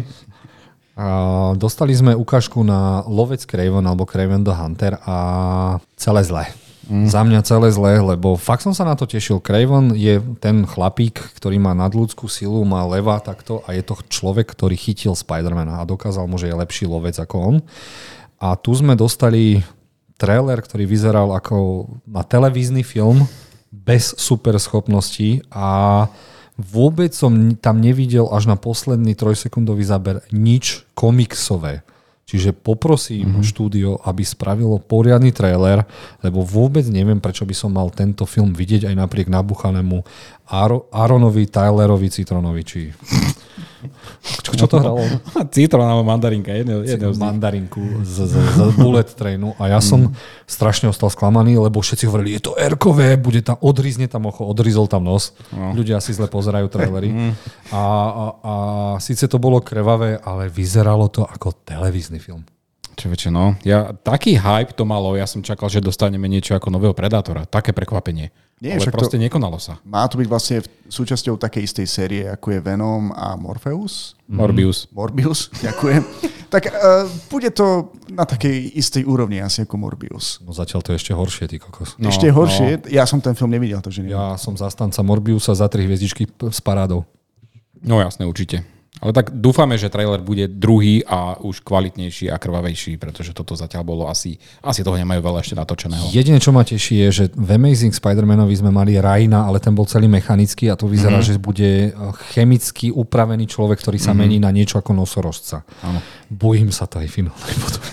Uh, dostali sme ukážku na Lovec Kraven alebo Kraven the Hunter a celé zlé. Mm. Za mňa celé zlé, lebo fakt som sa na to tešil. Kraven je ten chlapík, ktorý má nadľudskú silu, má leva takto a je to človek, ktorý chytil Spidermana a dokázal mu, že je lepší lovec ako on. A tu sme dostali trailer, ktorý vyzeral ako na televízny film bez superschopností a vôbec som tam nevidel až na posledný trojsekundový záber nič komiksové. Čiže poprosím mm-hmm. štúdio, aby spravilo poriadny trailer, lebo vôbec neviem, prečo by som mal tento film vidieť aj napriek nabuchanému Aaronovi, Tylerovi, Citronovi. Či... Čo, čo to hralo? Citronová mandarinka, jedného, jedného z nich. Mandarinku z, z, z Bullet Trainu a ja som mm. strašne ostal sklamaný, lebo všetci hovorili, je to erkové, bude tam, odrizne tam ocho, odrizol tam nos. No. Ľudia asi zle pozerajú trailery. Mm. A, a, a síce to bolo krvavé, ale vyzeralo to ako televízny film. Čo no. Ja, taký hype to malo, ja som čakal, že dostaneme niečo ako nového Predátora. Také prekvapenie. Nie, ale proste to, nekonalo sa. Má to byť vlastne súčasťou takej istej série, ako je Venom a Morpheus. Morbius. Morbius, ďakujem. Tak uh, bude to na takej istej úrovni asi ako Morbius. No zatiaľ to je ešte horšie, ty kokos. No, ešte horšie? No. Ja som ten film nevidel. Takže neviem. Ja som zastanca Morbiusa za tri hviezdičky s parádou. No jasné, určite. Ale tak dúfame, že trailer bude druhý a už kvalitnejší a krvavejší, pretože toto zatiaľ bolo asi, asi toho nemajú veľa ešte natočeného. Jedine, čo ma teší, je, že v Amazing Spider-Manovi sme mali Raina, ale ten bol celý mechanický a to vyzerá, mm-hmm. že bude chemicky upravený človek, ktorý sa mm-hmm. mení na niečo ako nosorožca. Áno. Bojím sa to aj finálne.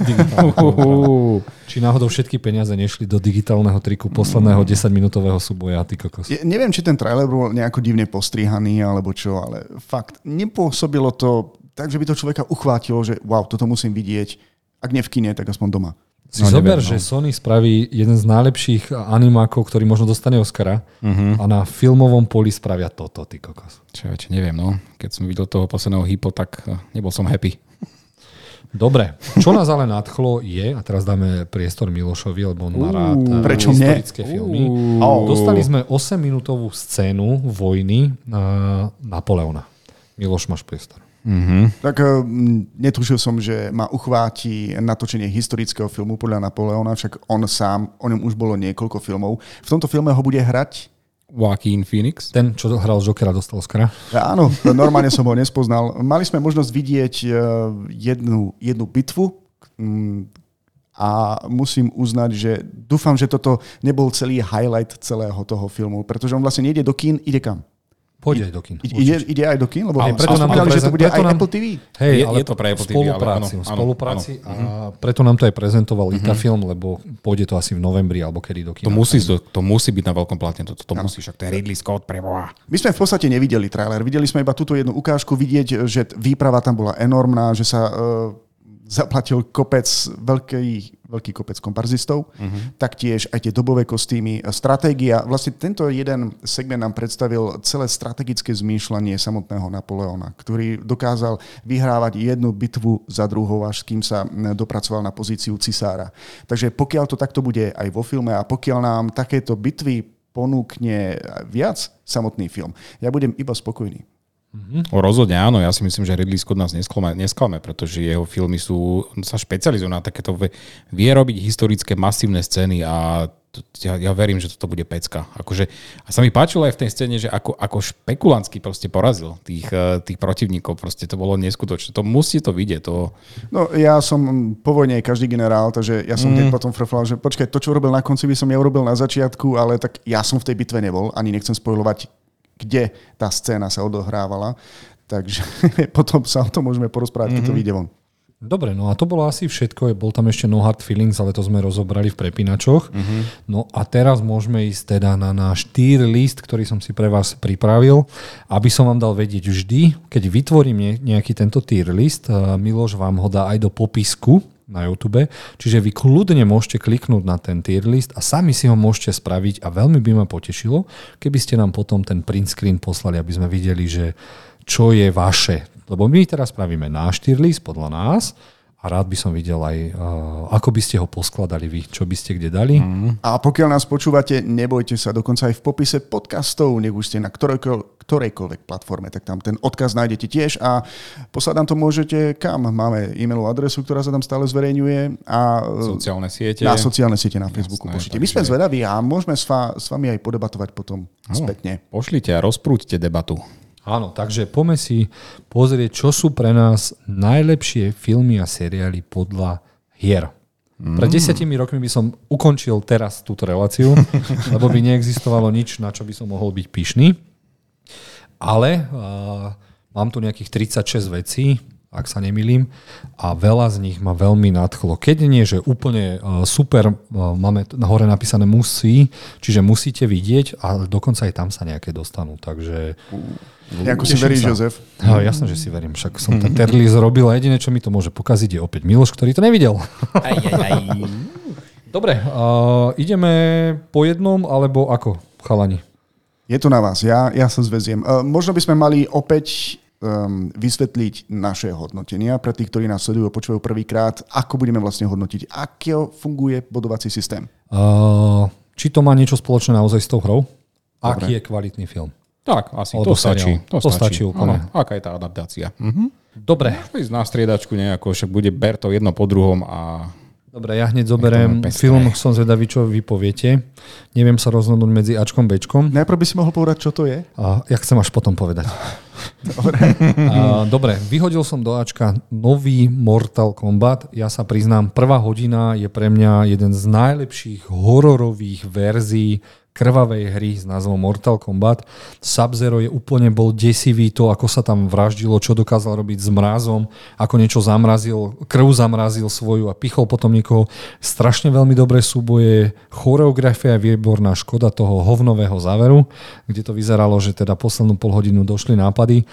Či náhodou všetky peniaze nešli do digitálneho triku posledného desaťminútového súboja, ty kokos. Ja, neviem, či ten trailer bol nejako divne postrihaný, alebo čo, ale fakt, nepôsobilo to tak, že by to človeka uchvátilo, že wow, toto musím vidieť, ak nie v kine, tak aspoň doma. Si no, zober, neviem, no. že Sony spraví jeden z najlepších animákov, ktorý možno dostane Oscara uh-huh. a na filmovom poli spravia toto, ty kokos. Čo, čo neviem, no. Keď som videl toho posledného Hypo, tak nebol som happy. Dobre, čo nás ale nadchlo je, a teraz dáme priestor Milošovi, lebo on má rád uh, historické filmy. Uh, Dostali sme osemminútovú scénu vojny uh, Napoleona. Miloš, máš priestor. Uh-huh. Tak uh, netušil som, že ma uchváti natočenie historického filmu podľa Napoleona, však on sám, o ňom už bolo niekoľko filmov. V tomto filme ho bude hrať Joaquin Phoenix. Ten, čo hral Jokera, dostal Oscara. Ja, áno, normálne som ho nespoznal. Mali sme možnosť vidieť jednu, jednu bitvu a musím uznať, že dúfam, že toto nebol celý highlight celého toho filmu, pretože on vlastne nejde do kín, ide kam? Pôjde aj do kín. Ide, ide aj do kín? Lebo ale preto nám to, že to bude aj nám, Apple té vé. Hej, je, je to pre Apple té vé, spolupráci, ale áno, spolupráci áno, a preto nám to aj prezentoval uh-huh. Itafilm, lebo pôjde to asi v novembri alebo kedy do kína. To musí, to, to musí byť na veľkom platne, to, to, to musí, však to je Ridley Scott preboha. My sme v podstate nevideli trailer, videli sme iba túto jednu ukážku, vidieť, že výprava tam bola enormná, že sa uh, zaplatil kopec, veľký, veľký kopec komparzistov, uh-huh. taktiež aj tie dobové kostýmy, stratégia. Vlastne tento jeden segment nám predstavil celé strategické zmýšľanie samotného Napoleona, ktorý dokázal vyhrávať jednu bitvu za druhou, až kým sa dopracoval na pozíciu cisára. Takže pokiaľ to takto bude aj vo filme a pokiaľ nám takéto bitvy ponúkne viac samotný film, ja budem iba spokojný. Mm-hmm. Rozhodne áno, ja si myslím, že Ridley Scott nás nesklame, nesklame, pretože jeho filmy sú, sa špecializujú na takéto, vie robiť historické masívne scény a ja, ja verím, že toto bude pecka. Akože, a sa mi páčilo aj v tej scéne, že ako, ako špekulantsky proste porazil tých, tých protivníkov, proste to bolo neskutočné. To musí to vidieť. To... No ja som po vojne každý generál, takže ja som mm. potom frflal, že počkaj, to, čo robil na konci, by som ja urobil na začiatku, ale tak ja som v tej bitve nebol, ani nechcem spoilovať, kde tá scéna sa odohrávala. Takže potom sa o tom môžeme porozprávať, keď mm-hmm. to vyjde von. Dobre, no a to bolo asi všetko. Bol tam ešte No Hard Feelings, ale to sme rozobrali v prepínačoch. Mm-hmm. No a teraz môžeme ísť teda na náš tier list, ktorý som si pre vás pripravil, aby som vám dal vedieť vždy, keď vytvorím nejaký tento tier list, Miloš vám ho dá aj do popisku na YouTube, čiže vy kľudne môžete kliknúť na ten tier list a sami si ho môžete spraviť a veľmi by ma potešilo, keby ste nám potom ten print screen poslali, aby sme videli, že čo je vaše. Lebo my teraz spravíme náš tier list podľa nás a rád by som videl aj, uh, ako by ste ho poskladali vy, čo by ste kde dali. Mm. A pokiaľ nás počúvate, nebojte sa, dokonca aj v popise podcastov, nech už ste na ktorejkoľvek, ktorejkoľvek platforme, tak tam ten odkaz nájdete tiež a poslať nám to môžete kam. Máme e-mailovú adresu, ktorá sa tam stále zverejňuje a sociálne siete. Na sociálne siete na Facebooku pošlite. My sme zvedaví a môžeme s, fa- s vami aj podebatovať potom no, spätne. Pošlite a rozprúďte debatu. Áno, takže poďme si pozrieť, čo sú pre nás najlepšie filmy a seriály podľa hier. Mm. Pred desiatimi rokmi by som ukončil teraz túto reláciu, lebo by neexistovalo nič, na čo by som mohol byť pyšný. Ale uh, mám tu nejakých tridsaťšesť vecí ak sa nemýlim, a veľa z nich ma veľmi nadchlo. Keď nie, že úplne uh, super, uh, máme hore napísané musí, čiže musíte vidieť, a dokonca aj tam sa nejaké dostanú, takže... Ako si veríš, Jozef? No, jasné, že si verím, však som ten Terli zrobil a jediné, čo mi to môže pokaziť, je opäť Miloš, ktorý to nevidel. Aj, aj, aj. Dobre, uh, ideme po jednom, alebo ako, chalani? Je to na vás, ja, ja sa zväziem. Uh, možno by sme mali opäť um, vysvetliť naše hodnotenia pre tých, ktorí nás sledujú a počúvajú prvýkrát, ako budeme vlastne hodnotiť, ako funguje bodovací systém. Uh, či to má niečo spoločné naozaj s tou hrou? Dobre. Aký je kvalitný film? Tak, asi Alebo to stačí. To, to stačí, stačí úplne. Áno, aká je tá adaptácia? Mhm. Dobre. Môžeme ísť na striedačku nejako, však bude ber to jedno po druhom a... Dobre, ja hneď zoberiem film, som zvedavý, čo vy poviete. Neviem sa rozhodnúť medzi Ačkom a Bčkom. Najprv by si mohol povedať, čo to je? A ja chcem až potom povedať. Dobre. A, dobre, vyhodil som do Ačka nový Mortal Kombat. Ja sa priznám, prvá hodina je pre mňa jeden z najlepších hororových verzií krvavej hry s názvom Mortal Kombat. Sub-Zero je úplne bol desivý, to, ako sa tam vraždilo, čo dokázal robiť s mrazom, ako niečo zamrazil, krv zamrazil svoju a pichol potom niekoho. Strašne veľmi dobré súboje, choreografia je výborná, škoda toho hovnového záveru, kde to vyzeralo, že teda poslednú pol hodinu došli nápady.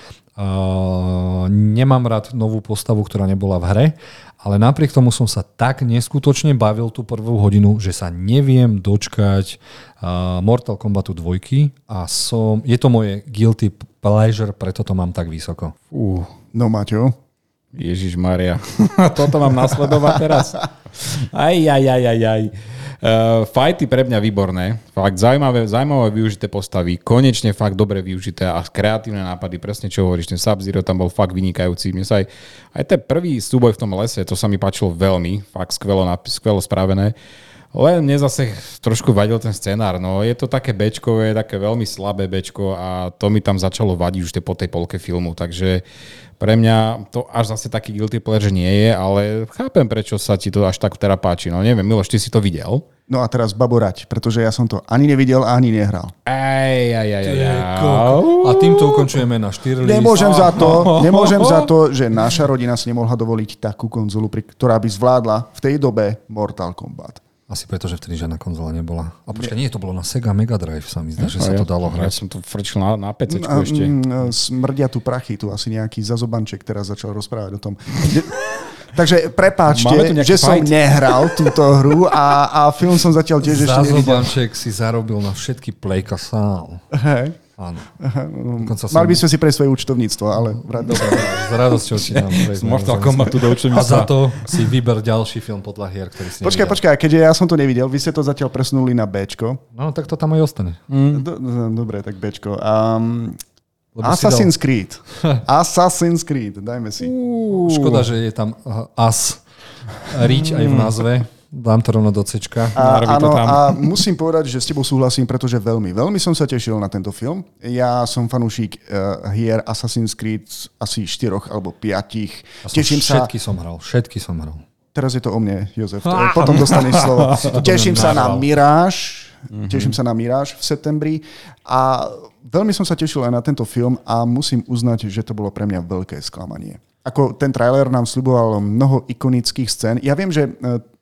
Uh, nemám rád novú postavu, ktorá nebola v hre, ale napriek tomu som sa tak neskutočne bavil tú prvú hodinu, že sa neviem dočkať uh, Mortal Kombatu dvojky a som, je to moje guilty pleasure, preto to mám tak vysoko. Uh. No Maťo. Ježišmaria. Toto mám nasledovať teraz. Aj, aj, aj, aj, aj. Uh, fighty pre mňa výborné. Fakt zaujímavé, zaujímavé využité postavy. Konečne fakt dobre využité a kreatívne nápady. Presne čo hovoríš. Ten Sub-Zero tam bol fakt vynikajúci. Mne sa aj, aj ten prvý súboj v tom lese, to sa mi páčilo veľmi. Fakt skvelo, skvelo spravené. Len mne zase trošku vadil ten scenár. No, je to také bečkové, také veľmi slabé bečko a to mi tam začalo vadiť už po tej polke filmu. Takže pre mňa to až zase taký guilty pleasure nie je, ale chápem, prečo sa ti to až tak teda páči. No neviem, Miloš, ty si to videl? No a teraz baborať, pretože ja som to ani nevidel, ani nehral. Aj, aj, aj, aj, aj. A týmto ukončujeme na štyrlist. Nemôžem za to, nemôžem za to, že naša rodina si nemohla dovoliť takú konzolu, ktorá by zvládla v tej dobe Mortal Kombat. Asi preto, že vtedy žiadna konzola nebola. A počkaj, nie, to bolo na Sega Mega Drive, sa mi zdá, že sa to dalo hrať. Ja som to frčil na, na PCčku ešte. Smrdia tu prachy, tu asi nejaký zazobanček teraz začal rozprávať o tom. Takže prepáčte, že som fight? nehral túto hru a, a film som zatiaľ tiež ešte nevidel. Zazobanček si zarobil na všetky plejka sám. Hej. Áno. Som... Mali by sme si prejsť svoje účtovníctvo, ale... Dobre, s radosťou si dám prejsť. Z Mortal Kombatu do účtovníctva. A za to si vyber ďalší film podľa hier, ktorý si Počkaj, nevidel. počkaj, keďže ja som to nevidel, vy ste to zatiaľ presunuli na Bčko. No, tak to tam aj ostane. Mm. Do, dobre, tak Bčko. Um, Assassin's dal... Creed. Assassin's Creed, dajme si. Uh, Škoda, že je tam uh, As Riť aj v názve. Dám to rovno do cečka. A, áno, a musím povedať, že s tebou súhlasím, pretože veľmi, veľmi som sa tešil na tento film. Ja som fanúšik uh, hier Assassin's Creed asi štyroch alebo piatich. Ja Teším všetky sa... som hral, všetky som hral. Teraz je to o mne, Jozef. Potom dostaneš slovo. Teším sa na Mirage. Mm-hmm. Teším sa na Mirage v septembri. A veľmi som sa tešil aj na tento film a musím uznať, že to bolo pre mňa veľké sklamanie. Ako ten trailer nám sľuboval mnoho ikonických scén. Ja viem, že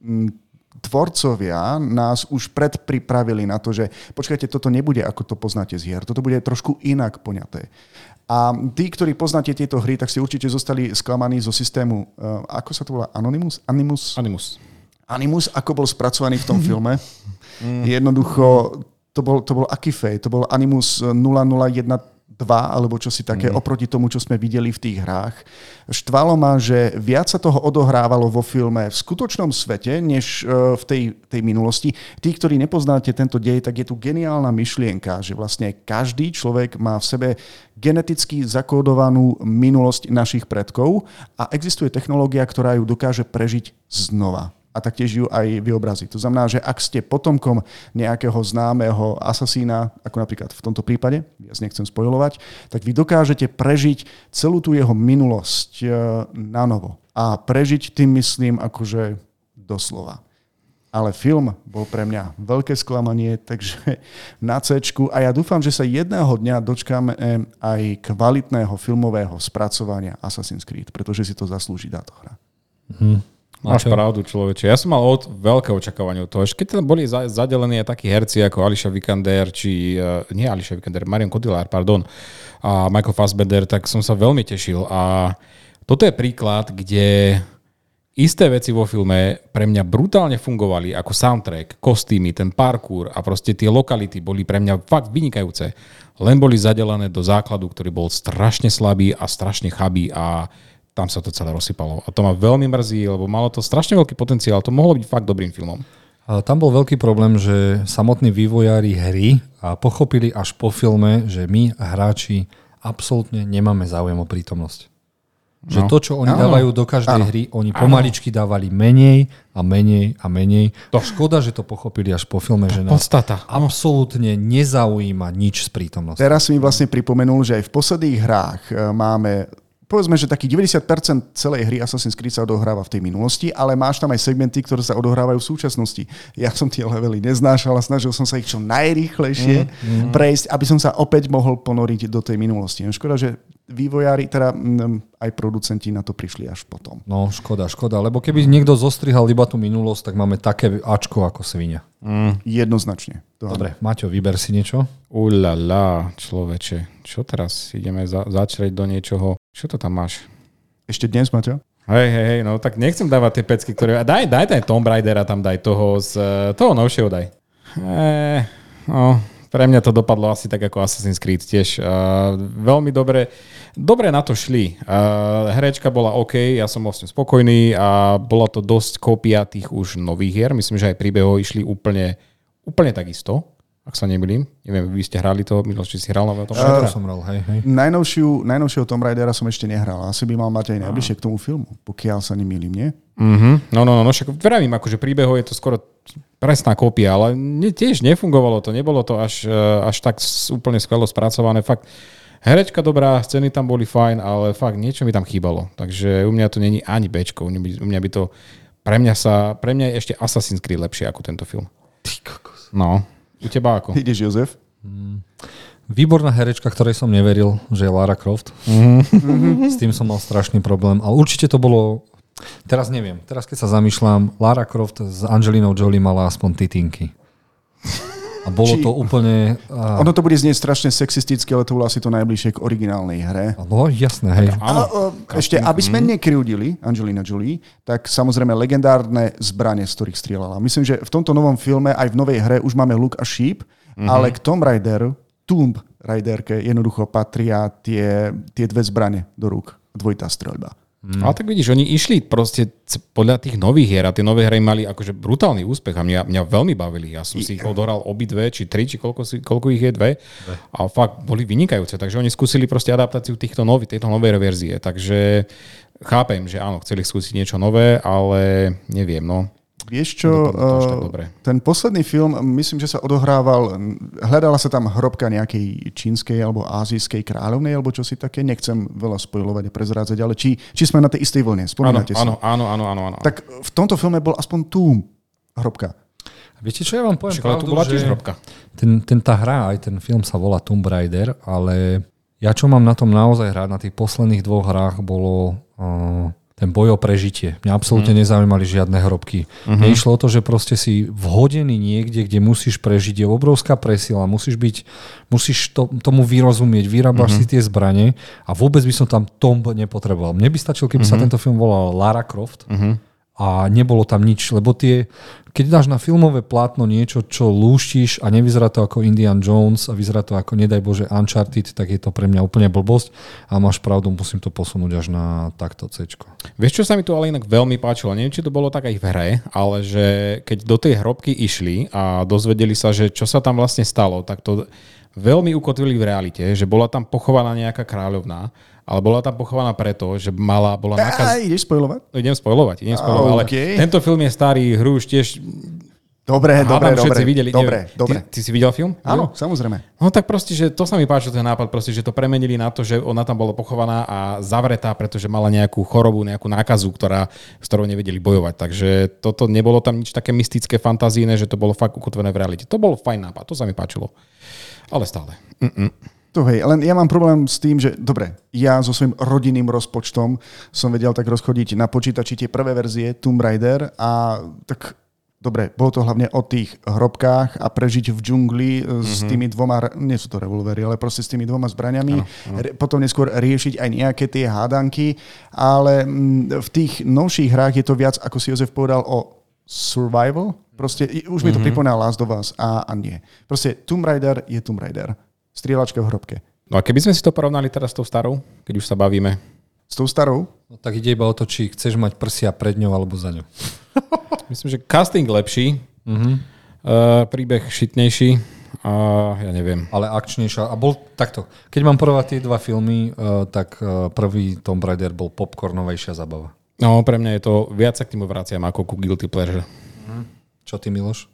tvorcovia nás už predpripravili na to, že počkajte, toto nebude ako to poznáte z hier. Toto bude trošku inak poňaté. A tí, ktorí poznáte tieto hry, tak si určite zostali sklamaní zo systému, uh, ako sa to volá? Anonymous? Animus? Animus. Animus, ako bol spracovaný v tom filme. Jednoducho, to bol, to bol aký fej? To bol Animus nula nula jedna dva, alebo čo si také, mm. oproti tomu, čo sme videli v tých hrách. Štvalo ma, že viac sa toho odohrávalo vo filme v skutočnom svete, než v tej, tej minulosti. Tí, ktorí nepoznáte tento dej, tak je tu geniálna myšlienka, že vlastne každý človek má v sebe geneticky zakódovanú minulosť našich predkov a existuje technológia, ktorá ju dokáže prežiť znova. A taktiež ju aj vyobrazí. To znamená, že ak ste potomkom nejakého známeho asasína, ako napríklad v tomto prípade, ja nechcem spoilovať, tak vy dokážete prežiť celú tú jeho minulosť na novo. A prežiť tým myslím akože doslova. ale film bol pre mňa veľké sklamanie, takže na C-čku a ja dúfam, že sa jedného dňa dočkáme aj kvalitného filmového spracovania Assassin's Creed, pretože si to zaslúži táto hra. Hm. Máš pravdu, človeče. Ja som mal od veľké očakávanie od toho. Ešte keď tam boli zadelení aj takí herci ako Alicia Vikander, či uh, nie Alicia Vikander, Marion Cotillard, pardon, a Michael Fassbender, tak som sa veľmi tešil. A toto je príklad, kde isté veci vo filme pre mňa brutálne fungovali, ako soundtrack, kostýmy, ten parkour a proste tie lokality boli pre mňa fakt vynikajúce. Len boli zadelené do základu, ktorý bol strašne slabý a strašne chabý a tam sa to celé rozsypalo. A to ma veľmi mrzí, lebo malo to strašne veľký potenciál. To mohlo byť fakt dobrým filmom. A tam bol veľký problém, že samotní vývojári hry a pochopili až po filme, že my, hráči, absolútne nemáme záujem o prítomnosť. Že No. to, čo oni Áno. dávajú do každej Áno. hry, oni pomaličky dávali menej a menej a menej. To škoda, že to pochopili až po filme, že nás Podstata. absolútne nezaujíma nič z prítomnosti. Teraz si mi vlastne pripomenul, že aj v posledných hrách e, máme, povedzme, že taký deväťdesiat percent celej hry Assassin's Creed sa odohráva v tej minulosti, ale máš tam aj segmenty, ktoré sa odohrávajú v súčasnosti. Ja som tie levely neznášal a snažil som sa ich čo najrýchlejšie mm, mm. prejsť, aby som sa opäť mohol ponoriť do tej minulosti. No škoda, že vývojári, teda mm, aj producenti na to prišli až potom. No, škoda, škoda, lebo keby niekto zostrihal iba tú minulosť, tak máme také Ačko ako svinia. Mm. Jednoznačne. To Dobre, Maťo, vyber si niečo. Ulala, človeče. Čo teraz? Ideme za- začrieť do niečoho. Čo to tam máš? Ešte dnes, Maťo? Hej, hej, hej, no tak nechcem dávať tie pecky, ktoré... Daj, daj ten Tomb Raidera tam, daj toho z... Toho novšieho daj. Eee, no, pre mňa to dopadlo asi tak ako Assassin's Creed tiež. Uh, veľmi dobre, dobre na to šli. Uh, herečka bola OK, ja som vlastne spokojný a bola to dosť kópia tých už nových hier. Myslím, že aj príbehov išli úplne, úplne takisto, ak sa nemýlim. Neviem, vy ste hrali to, Miloš, či si hral nového Tomb Raidera? Uh, som hral, hej, hej. Najnovšiu, najnovšieho Tomb Raidera som ešte nehral. Asi by mal mať aj najbližšie k tomu filmu, pokiaľ sa nemýlim, nie? Mm-hmm. No, no, no, no, však vravím, akože príbehov je to skoro presná kópia, ale ne, tiež nefungovalo to, nebolo to až, až tak úplne skvelo spracované. Fakt, herečka dobrá, scény tam boli fajn, ale fakt niečo mi tam chýbalo. Takže u mňa to není ani Bčko, u mňa by, u mňa by to, pre mňa sa, pre mňa je ešte Assassin's Creed lepšie ako tento film. Ty kokos. No, u teba ako? Ideš, Jozef? Mm. Výborná herečka, ktorej som neveril, že je Lara Croft. Mm-hmm. S tým som mal strašný problém. Ale určite to bolo... Teraz neviem. Teraz keď sa zamýšľam, Lara Croft s Angelinou Jolie mala aspoň titinky. A bolo Či... to úplne... A... Ono to bude znieť strašne sexisticky, ale to bolo asi to najbližšie k originálnej hre. No, jasné, hej. Áno, a, ešte, aby sme mm. nekryudili Angelina Jolie, tak samozrejme legendárne zbranie, z ktorých strieľala. Myslím, že v tomto novom filme, aj v novej hre, už máme luk a šíp, mm-hmm. ale k Tomb Raider, Tomb Raiderke jednoducho patria tie, tie dve zbranie do rúk. Dvojitá streľba. Mm. Ale tak vidíš, oni išli proste podľa tých nových hier a tie nové hry mali akože brutálny úspech a mňa, mňa veľmi bavili. Ja som si ich odohral obidve, či tri, či koľko, si, koľko ich je, dve. dve. A fakt boli vynikajúce. Takže oni skúsili proste adaptáciu týchto nových, tejto novej verzie. Takže chápem, že áno, chceli skúsiť niečo nové, ale neviem, no. Vieš čo, uh, ten posledný film, myslím, že sa odohrával, hľadala sa tam hrobka nejakej čínskej alebo ázijskej kráľovnej, alebo čo si také, nechcem veľa spojovať a prezrádzať, ale či, či sme na tej istej vlne, spomínate si? Áno, áno, áno, áno, áno. Tak v tomto filme bol aspoň tú hrobka. Viete čo, ja vám poviem pravdu, to bola tiež hrobka. Ten, ten tá hra, aj ten film sa volá Tomb Raider, ale ja čo mám na tom naozaj hrať, na tých posledných dvoch hrách bolo... Uh, ten boj o prežitie. Mňa absolútne mm. nezaujímali žiadne hrobky. Mm-hmm. Mne išlo o to, že proste si vhodený niekde, kde musíš prežiť. Je obrovská presila. Musíš byť, musíš to, tomu vyrozumieť. Vyrábaš mm-hmm. si tie zbrane a vôbec by som tam tomb nepotreboval. Mne by stačil, keby mm-hmm. sa tento film volal Lara Croft mm-hmm. a nebolo tam nič, lebo tie, keď dáš na filmové plátno niečo, čo lúštiš a nevyzerá to ako Indiana Jones a vyzerá to ako, nedaj Bože, Uncharted, tak je to pre mňa úplne blbosť a máš pravdu, musím to posunúť až na takto C-čko. Vieš, čo sa mi tu ale inak veľmi páčilo? Neviem, či to bolo tak aj v hre, ale že keď do tej hrobky išli a dozvedeli sa, že čo sa tam vlastne stalo, tak to veľmi ukotvili v realite, že bola tam pochovaná nejaká kráľovná, ale bola tam pochovaná preto, že mala, bola nakaz... Aj, ideš spojovať? No, idem spojovať, idem spojovať, oh, ale okay. Tento film je starý, hru už tiež Dobre, dobre, dobre. Videli, dobre, dobre. Ty, ty si videl film? Áno, samozrejme. No tak proste, že to sa mi páči, ten nápad, proste, že to premenili na to, že ona tam bola pochovaná a zavretá, pretože mala nejakú chorobu, nejakú nákazu, ktorá, s ktorou nevedeli bojovať. Takže toto nebolo tam nič také mystické, fantazíne, že to bolo fakt ukotvené v realite. To bol fajn nápad, to sa mi páčilo. Ale stále. Mm-mm. To hej, len ja mám problém s tým, že dobre, ja so svojím rodinným rozpočtom som vedel tak rozchodiť na počítači tie prvé verzie Tomb Raider a tak dobre, bolo to hlavne o tých hrobkách a prežiť v džungli mm-hmm. s tými dvoma, nie sú to revolvery, ale proste s tými dvoma zbraniami. Ano, ano. Potom neskôr riešiť aj nejaké tie hádanky, ale v tých novších hrách je to viac, ako si Jozef povedal, o survival. Proste už mi to mm-hmm. pripomína Last of Us a, a nie. Proste Tomb Raider je Tomb Raider. Strieľačka v hrobke. No a keby sme si to porovnali teraz s tou starou, keď už sa bavíme? S tou starou? No tak ide iba o to, či chceš mať prsia pred ňou alebo za ňou. Myslím, že casting lepší, uh-huh. uh, príbeh šitnejší a ja neviem. Ale akčnejšia. A bol takto. Keď mám porovať tie dva filmy, uh, tak uh, prvý Tomb Raider bol popcornovejšia zabava. No, pre mňa je to viac sa k tým vraciam ako ku Guilty Pleasure. Uh-huh. Čo ty, Miloš?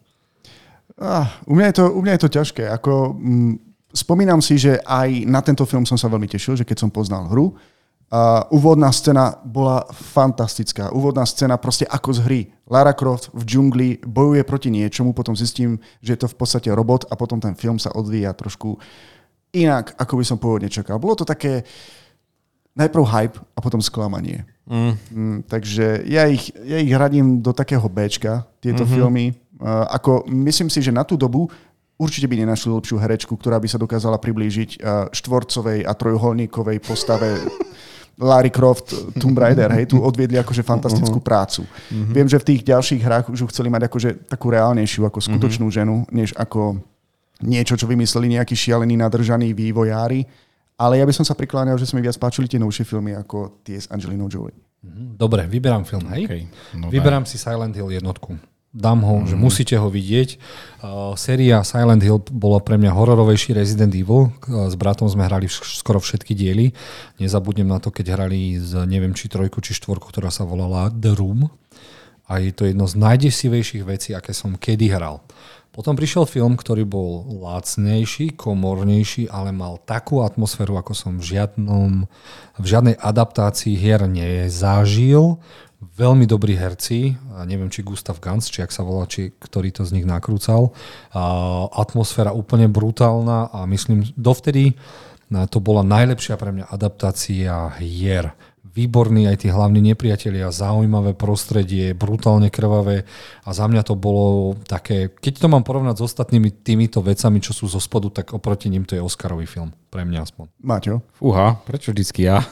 Ah, u, mňa je to, u mňa je to ťažké. Ako, mm, spomínam si, že aj na tento film som sa veľmi tešil, že keď som poznal hru. Uh, úvodná scéna bola fantastická. Úvodná scéna proste ako z hry. Lara Croft v džungli bojuje proti niečomu, potom zistím, že je to v podstate robot a potom ten film sa odvíja trošku inak, ako by som pôvodne čakal. Bolo to také najprv hype a potom sklamanie. Mm. Mm, takže ja ich, ja ich radím do takého béčka, tieto mm-hmm. filmy. Uh, ako myslím si, že na tú dobu určite by nenašli lepšiu herečku, ktorá by sa dokázala priblížiť uh, štvorcovej a trojuholníkovej postave Lara Croft, Tomb Raider, hej, tu odviedli akože fantastickú prácu. Mm-hmm. Viem, že v tých ďalších hrách už chceli mať akože takú reálnejšiu, ako skutočnú mm-hmm. ženu, než ako niečo, čo vymysleli nejakí šialení nadržaní vývojári. Ale ja by som sa prikláňal, že sa mi viac páčili tie novšie filmy ako tie s Angelinou Jolie. Dobre, vyberám film, hej? Okay. No, vyberám si Silent Hill jednotku. Dám ho, mm. že musíte ho vidieť. Uh, séria Silent Hill bola pre mňa hororovejší Resident Evil. Uh, s bratom sme hrali vš- skoro všetky diely. Nezabudnem na to, keď hrali z neviem či trojku, či štvorku, ktorá sa volala The Room. A je to jedno z najdesivejších vecí, aké som kedy hral. Potom prišiel film, ktorý bol lacnejší, komornejší, ale mal takú atmosféru, ako som v, žiadnom, v žiadnej adaptácii hier nezažil. Veľmi dobrí herci, neviem, či Gustav Gans, či ak sa volá, či ktorý to z nich nakrúcal. Atmosféra úplne brutálna a myslím, dovtedy to bola najlepšia pre mňa adaptácia hier. Výborní aj tí hlavní nepriatelia, zaujímavé prostredie, brutálne krvavé a za mňa to bolo také, keď to mám porovnať s ostatnými týmito vecami, čo sú zo spodu, tak oproti ním to je Oscarový film, pre mňa aspoň. Maťo? Fúha, prečo vždycky ja?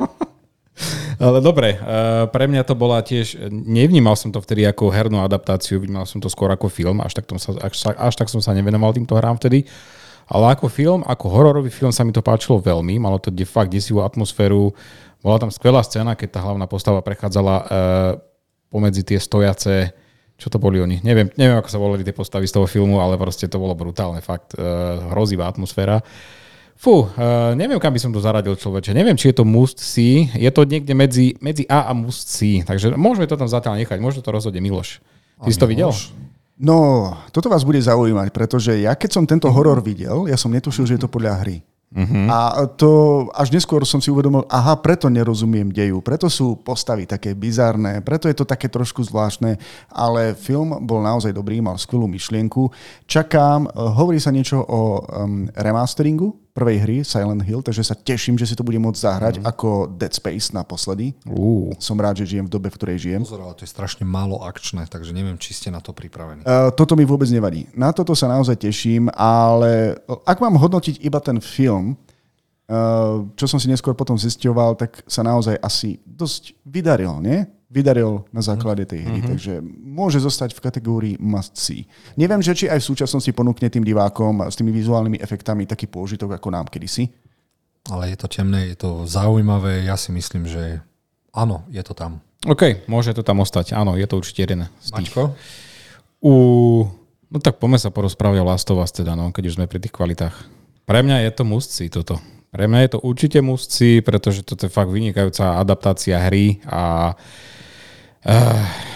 Ale dobre, pre mňa to bola tiež, nevnímal som to vtedy ako hernú adaptáciu, vnímal som to skôr ako film, až tak, sa, až, až tak som sa nevenoval týmto hrám vtedy. Ale ako film, ako hororový film sa mi to páčilo veľmi, malo to de fakt desivú atmosféru, bola tam skvelá scéna, keď tá hlavná postava prechádzala e, pomedzi tie stojace, čo to boli oni, neviem, neviem ako sa volali tie postavy z toho filmu, ale proste to bolo brutálne, fakt e, hrozivá atmosféra. Fú, uh, neviem, kam by som to zaradil, človeče. Neviem, či je to must see. Je to niekde medzi, medzi A a must see. Takže môžeme to tam zatiaľ nechať. Možno to rozhodne Miloš. Ty si to videl? No, toto vás bude zaujímať, pretože ja keď som tento horor videl, ja som netušil, že je to podľa hry. Uh-huh. A to až neskôr som si uvedomil, aha, preto nerozumiem deju, preto sú postavy také bizarné, preto je to také trošku zvláštne, ale film bol naozaj dobrý, mal skvelú myšlienku. Čakám, hovorí sa niečo o um, remasteringu prvej hry Silent Hill, takže sa teším, že si to bude môcť zahrať uh-huh. ako Dead Space naposledy. Uh. Som rád, že žijem v dobe, v ktorej žijem. Pozor, ale to je strašne málo akčné, takže neviem, či ste na to pripravení. Uh, toto mi vôbec nevadí. Na toto sa naozaj teším, ale ak mám hodnotiť iba ten film, uh, čo som si neskôr potom zisťoval, tak sa naozaj asi dosť vydaril, nie? Vydaril na základe tej hry, mm-hmm. takže môže zostať v kategórii must see. Neviem, že či aj v súčasnosti ponúkne tým divákom s tými vizuálnymi efektami taký pôžitok ako nám kedysi. Ale je to temné, je to zaujímavé, ja si myslím, že áno, je to tam. OK, môže to tam ostať, áno, je to určite jeden z tých. Maťko? U... No tak poďme sa porozprávať o Last of Us teda, no, keď už sme pri tých kvalitách. Pre mňa je to must see toto. Pre mňa je to určite must see, pretože toto je fakt vynikajúca adaptácia hry a Uh,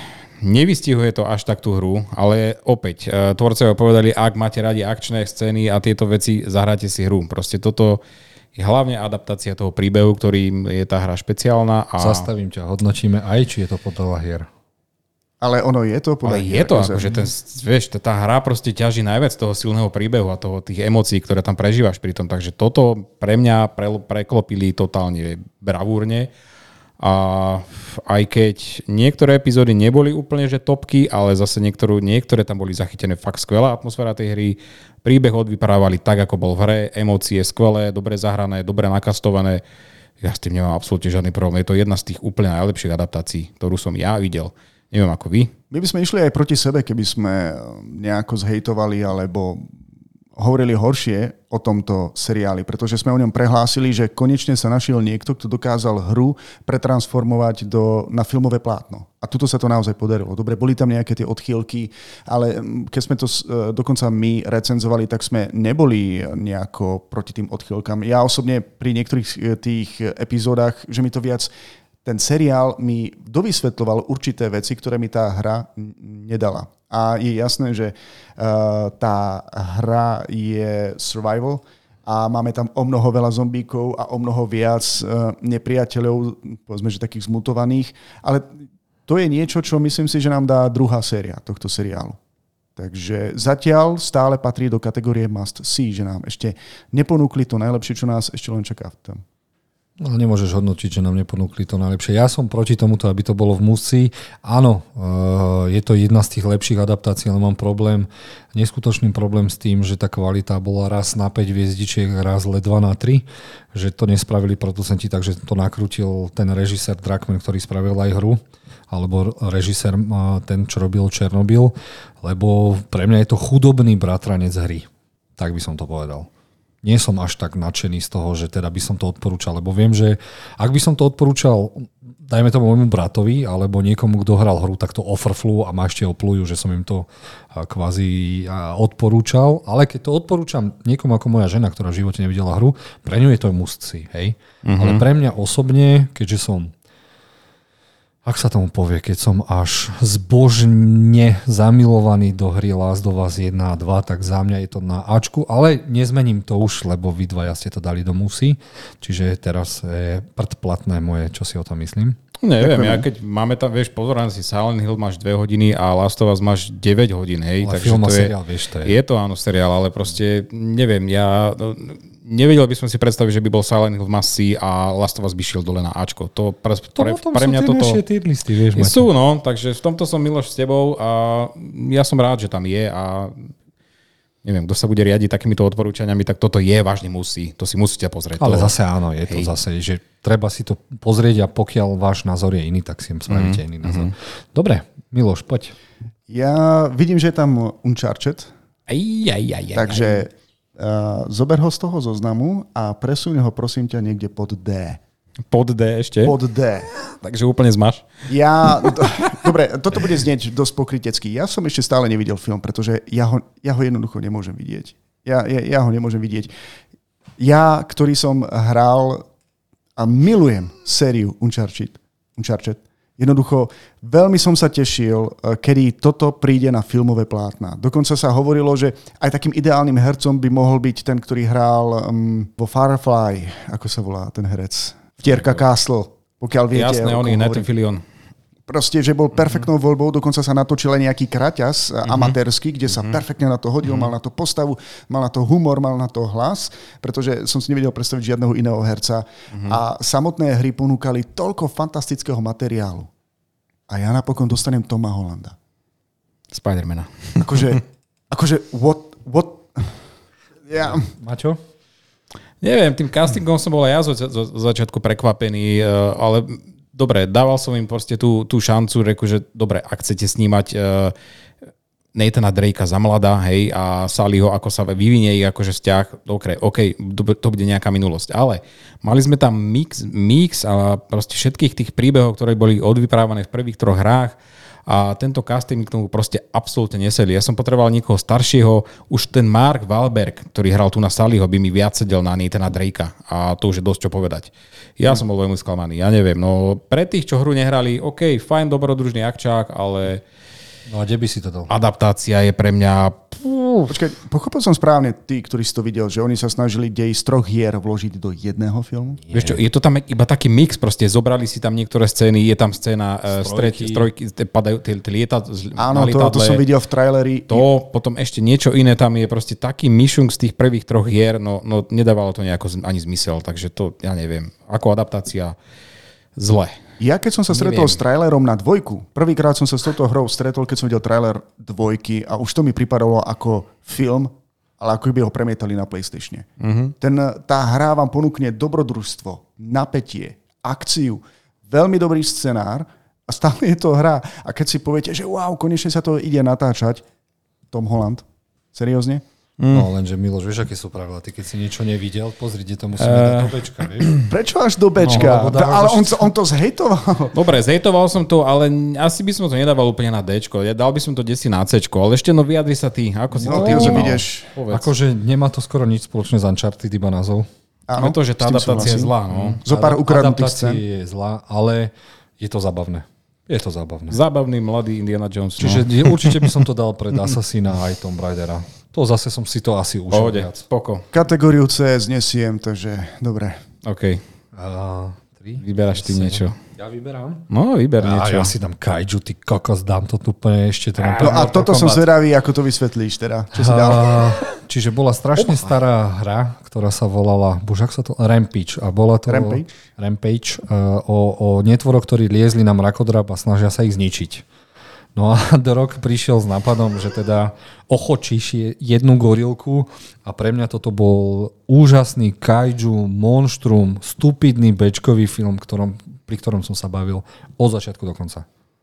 nevystihuje to až tak tú hru, ale opäť, tvorcovia povedali, ak máte radi akčné scény a tieto veci, zahráte si hru. Proste toto je hlavne adaptácia toho príbehu, ktorým je tá hra špeciálna. A... Zastavím ťa, hodnotíme aj, či je to podľa hier. Ale ono je to podľa Ale je to, akože ten, vieš, tá hra proste ťaží najviac toho silného príbehu a toho, tých emócií, ktoré tam prežívaš pri tom. Takže toto pre mňa pre, preklopili totálne bravúrne. A aj keď niektoré epizódy neboli úplne že topky, ale zase niektorú, niektoré tam boli zachytené fakt skvelá atmosféra tej hry. Príbeh odvyprávali tak, ako bol v hre. Emócie skvelé, dobre zahrané, dobre nakastované. Ja s tým nemám absolútne žiadny problém. Je to jedna z tých úplne najlepších adaptácií, ktorú som ja videl. Neviem ako vy. My by sme išli aj proti sebe, keby sme nejako zhejtovali alebo hovorili horšie o tomto seriáli, pretože sme o ňom prehlásili, že konečne sa našiel niekto, kto dokázal hru pretransformovať do, na filmové plátno. A tuto sa to naozaj podarilo. Dobre, boli tam nejaké tie odchýlky, ale keď sme to dokonca my recenzovali, tak sme neboli nejako proti tým odchýlkam. Ja osobne pri niektorých tých epizódach, že mi to viac... Ten seriál mi dovysvetľoval určité veci, ktoré mi tá hra nedala. A je jasné, že uh, tá hra je survival a máme tam o mnoho veľa zombíkov a o mnoho viac uh, nepriateľov, povedzme, že takých zmutovaných. Ale to je niečo, čo myslím si, že nám dá druhá séria tohto seriálu. Takže zatiaľ stále patrí do kategórie must see, že nám ešte neponúkli to najlepšie, čo nás ešte len čaká v tom. No, nemôžeš hodnotiť, že nám neponúkli to najlepšie. Ja som proti tomuto, aby to bolo v musí. Áno, je to jedna z tých lepších adaptácií, ale mám problém, neskutočný problém s tým, že tá kvalita bola raz na päť hviezdičiek, raz ledva na tri, že to nespravili producenti, takže to nakrútil ten režisér Druckmann, ktorý spravil aj hru, alebo režisér ten, čo robil Černobyl, lebo pre mňa je to chudobný bratranec hry. Tak by som to povedal. Nie som až tak nadšený z toho, že teda by som to odporúčal, lebo viem, že ak by som to odporúčal, dajme to môjmu bratovi, alebo niekomu, kto hral hru, tak to ofrflú a ma ešte oplujú, že som im to kvázi odporúčal. Ale keď to odporúčam niekomu ako moja žena, ktorá v živote nevidela hru, pre ňu je to must see, hej. Mm-hmm. Ale pre mňa osobne, keďže som, ak sa tomu povie, keď som až zbožne zamilovaný do hry Last of Us jeden a dva, tak za mňa je to na Ačku, ale nezmením to už, lebo vy dvaja ste to dali do musí, čiže teraz je predplatné moje, čo si o tom myslím. Neviem, ja keď máme tam, vieš, pozor, si Silent Hill máš dve hodiny a Last of Us máš deväť hodín, hej. Ale takže film a to je, seriál, vieš, to je. Je to áno seriál, ale proste neviem, ja... Nevedel by som si predstaviť, že by bol Silent Hill v masi a Last of Us by šiel dole na Ačko. To pre, pre, pre mňa toto... To tier listy, vieš, sú, no, takže v tomto som Miloš s tebou a ja som rád, že tam je a neviem, kto sa bude riadiť takýmito odporúčaniami, tak toto je vážne musí. To si musíte pozrieť. Ale to... zase áno, je to Hej. zase, že treba si to pozrieť a pokiaľ váš názor je iný, tak si im spravíte mm-hmm. iný názor. Dobre, Miloš, poď. Ja vidím, že je tam Uncharted. Aj, aj, aj, aj, takže... Uh, zober ho z toho zoznamu a presuň ho, prosím ťa, niekde pod D. Pod D ešte? Pod D. Takže úplne zmaš. Ja, to, dobre, toto bude znieť dosť pokrytecky. Ja som ešte stále nevidel film, pretože ja ho, ja ho jednoducho nemôžem vidieť. Ja, ja, ja ho nemôžem vidieť. Ja, ktorý som hral a milujem sériu Uncharted, Uncharted, jednoducho, veľmi som sa tešil, kedy toto príde na filmové plátna. Dokonca sa hovorilo, že aj takým ideálnym hercom by mohol byť ten, ktorý hral um, vo Firefly, ako sa volá ten herec, Vtierka Castle, pokiaľ viete. Jasné, on je Nathan Fillion. Proste, že bol perfektnou voľbou, dokonca sa natočil aj nejaký kraťas mm-hmm. amatérsky, kde sa mm-hmm. perfektne na to hodil, mm-hmm. mal na to postavu, mal na to humor, mal na to hlas, pretože som si nevedel predstaviť žiadneho iného herca. Mm-hmm. A samotné hry ponúkali toľko fantastického materiálu. A ja napokon dostanem Toma Hollanda. Spidermana. Akože, akože, what, what... Ja... Maťo? Neviem, tým castingom som bol aj ja zo, zo, zo začiatku prekvapený, ale dobre, dával som im proste tú, tú šancu, reku, že dobre, ak chcete snímať uh, Nathana Drakea za mladá, hej, a Sallyho, ako sa vyvinie ich akože vzťah, OK, OK, to bude nejaká minulosť. Ale mali sme tam mix, mix a proste všetkých tých príbehov, ktoré boli odvyprávané v prvých troch hrách a tento casting k tomu proste absolútne nesedli. Ja som potreboval niekoho staršieho, už ten Mark Wahlberg, ktorý hral tu na Sallyho, by mi viac sedel na Nathana Drakea a to už je dosť čo povedať. Ja hmm. som bol veľmi sklamaný, ja neviem, no pre tých, čo hru nehrali, OK, fajn, dobrodružný akčák, ale no a kde by si to dal? Adaptácia je pre mňa... Počkaj, pochopil som správne tí, ktorí si to videl, že oni sa snažili dej z troch hier vložiť do jedného filmu? Nie. Vieš čo, je to tam iba taký mix, proste zobrali si tam niektoré scény, je tam scéna strojky, strojky padajú, tie, tie lieta áno, na to, to som videl v traileri. To, potom ešte niečo iné, tam je proste taký myšung z tých prvých troch hier, no, no nedávalo to nejako ani zmysel, takže to, ja neviem, ako adaptácia zle. Ja keď som sa stretol Neviem. s trailerom na dvojku, prvýkrát som sa s touto hrou stretol, keď som videl trailer dvojky a už to mi pripadalo ako film, ale ako by ho premietali na PlayStatione. Uh-huh. Ten, tá hra vám ponúkne dobrodružstvo, napätie, akciu, veľmi dobrý scenár a stále je to hra. A keď si poviete, že wow, konečne sa to ide natáčať, Tom Holland, seriózne? Mm. No lenže Miloš, vieš, aké sú pravidlá? Ty keď si niečo nevidel, pozri, kde to musíme uh... dať do bečka, vieš? Prečo až do bečka? No, ale on, on to zhejtoval. Dobre, zhejtoval som to, ale asi by som to nedával úplne na Dčko. Ja dal by som to desi na Cčko, ale ešte no vyjadri sa ty. Ako si no, to ty už vidíš. Akože nemá to skoro nič spoločné s Uncharted, iba názov. Áno, to, že tá adaptácia je zlá. No. Zo pár ukradnutých scén. je zlá, ale je to zábavné. Je to zábavné. Zábavný mladý Indiana Jones. Čiže no. určite by som to dal pred Assassina aj Tomb Raidera. To zase som si to asi užil viac. Spoko. Kategóriu C znesiem, takže dobre. OK. Uh, tri? Vyberáš ty niečo. Ja vyberám? No, vyber a niečo. Ja si dám kaiju, ty kokos, dám to úplne ešte. No a toto som zvedavý, ako to vysvetlíš teda. Čo si dal? Uh, čiže bola strašne stará hra, ktorá sa volala, bože, ak sa to... Rampage. A bola to... Rampage? Rampage uh, o, o netvoroch, ktorí liezli na mrakodrap a snažia sa ich zničiť. No a The Rock prišiel s nápadom, že teda ochočíš jednu gorilku a pre mňa toto bol úžasný kaiju, monštrum, stupidný bečkový film, ktorom, pri ktorom som sa bavil od začiatku do konca.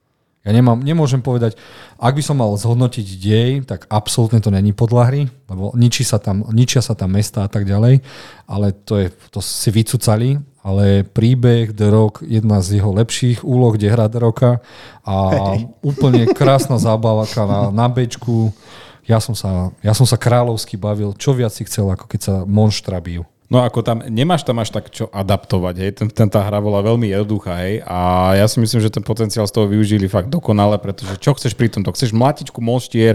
Ja nemám, nemôžem povedať, ak by som mal zhodnotiť dej, tak absolútne to není podľa hry, lebo ničí sa tam, ničia sa tam mesta a tak ďalej, ale to, je, to si vycucali. Ale príbeh The Rock, jedna z jeho lepších úloh, kde hrá The Rocka a hey. úplne krásna zábava na, na bečku. Ja som, sa, ja som sa kráľovsky bavil. Čo viac si chcel, ako keď sa monštra bijú. No ako tam, nemáš tam až tak čo adaptovať, hej. Ten, ten tá hra bola veľmi jednoduchá, hej. A ja si myslím, že ten potenciál z toho využili fakt dokonale, pretože čo chceš pri tomto? Chceš mlátičku, monštier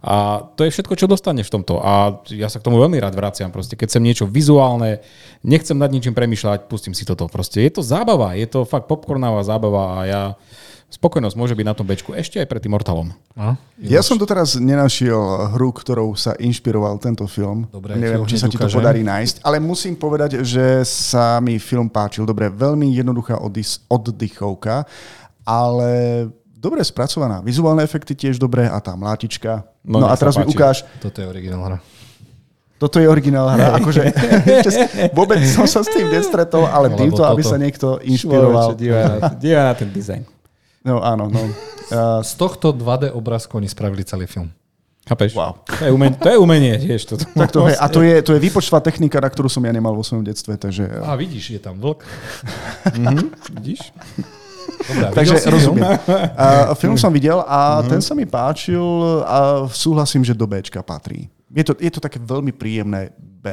a to je všetko, čo dostaneš v tomto. A ja sa k tomu veľmi rád vraciam. Proste, keď chcem niečo vizuálne, nechcem nad ničím premýšľať, pustím si toto. Proste je to zábava, je to fakt popcornová zábava a ja... Spokojnosť môže byť na tom bečku ešte aj pred tým Mortalom. A? Ja som doteraz nenašiel hru, ktorou sa inšpiroval tento film. Dobre, neviem, či sa ti to podarí nájsť, ale musím povedať, že sa mi film páčil. Dobre, veľmi jednoduchá oddychovka, ale dobre spracovaná. Vizuálne efekty tiež dobré a tá mlátička. No, no a teraz mi ukáž... Toto je originál hra. Toto je originál hra. Akože, vôbec som sa s tým nestretol, ale týmto, aby sa niekto inšpiroval. Díva na ten dizajn. No áno, no. Uh, Z tohto dva dé obrázku oni spravili celý film. Chápeš? Wow. To je umenie, to je umenie tiež. To, tak to, hej, a to je, to je výpočtová technika, na ktorú som ja nemal vo svojom detstve. Takže... A vidíš, je tam vlk. mm-hmm, vidíš? Dobre, takže rozumiem. Uh, film som videl a mm-hmm. ten sa mi páčil a súhlasím, že do Bčka patrí. Je to, je to také veľmi príjemné B.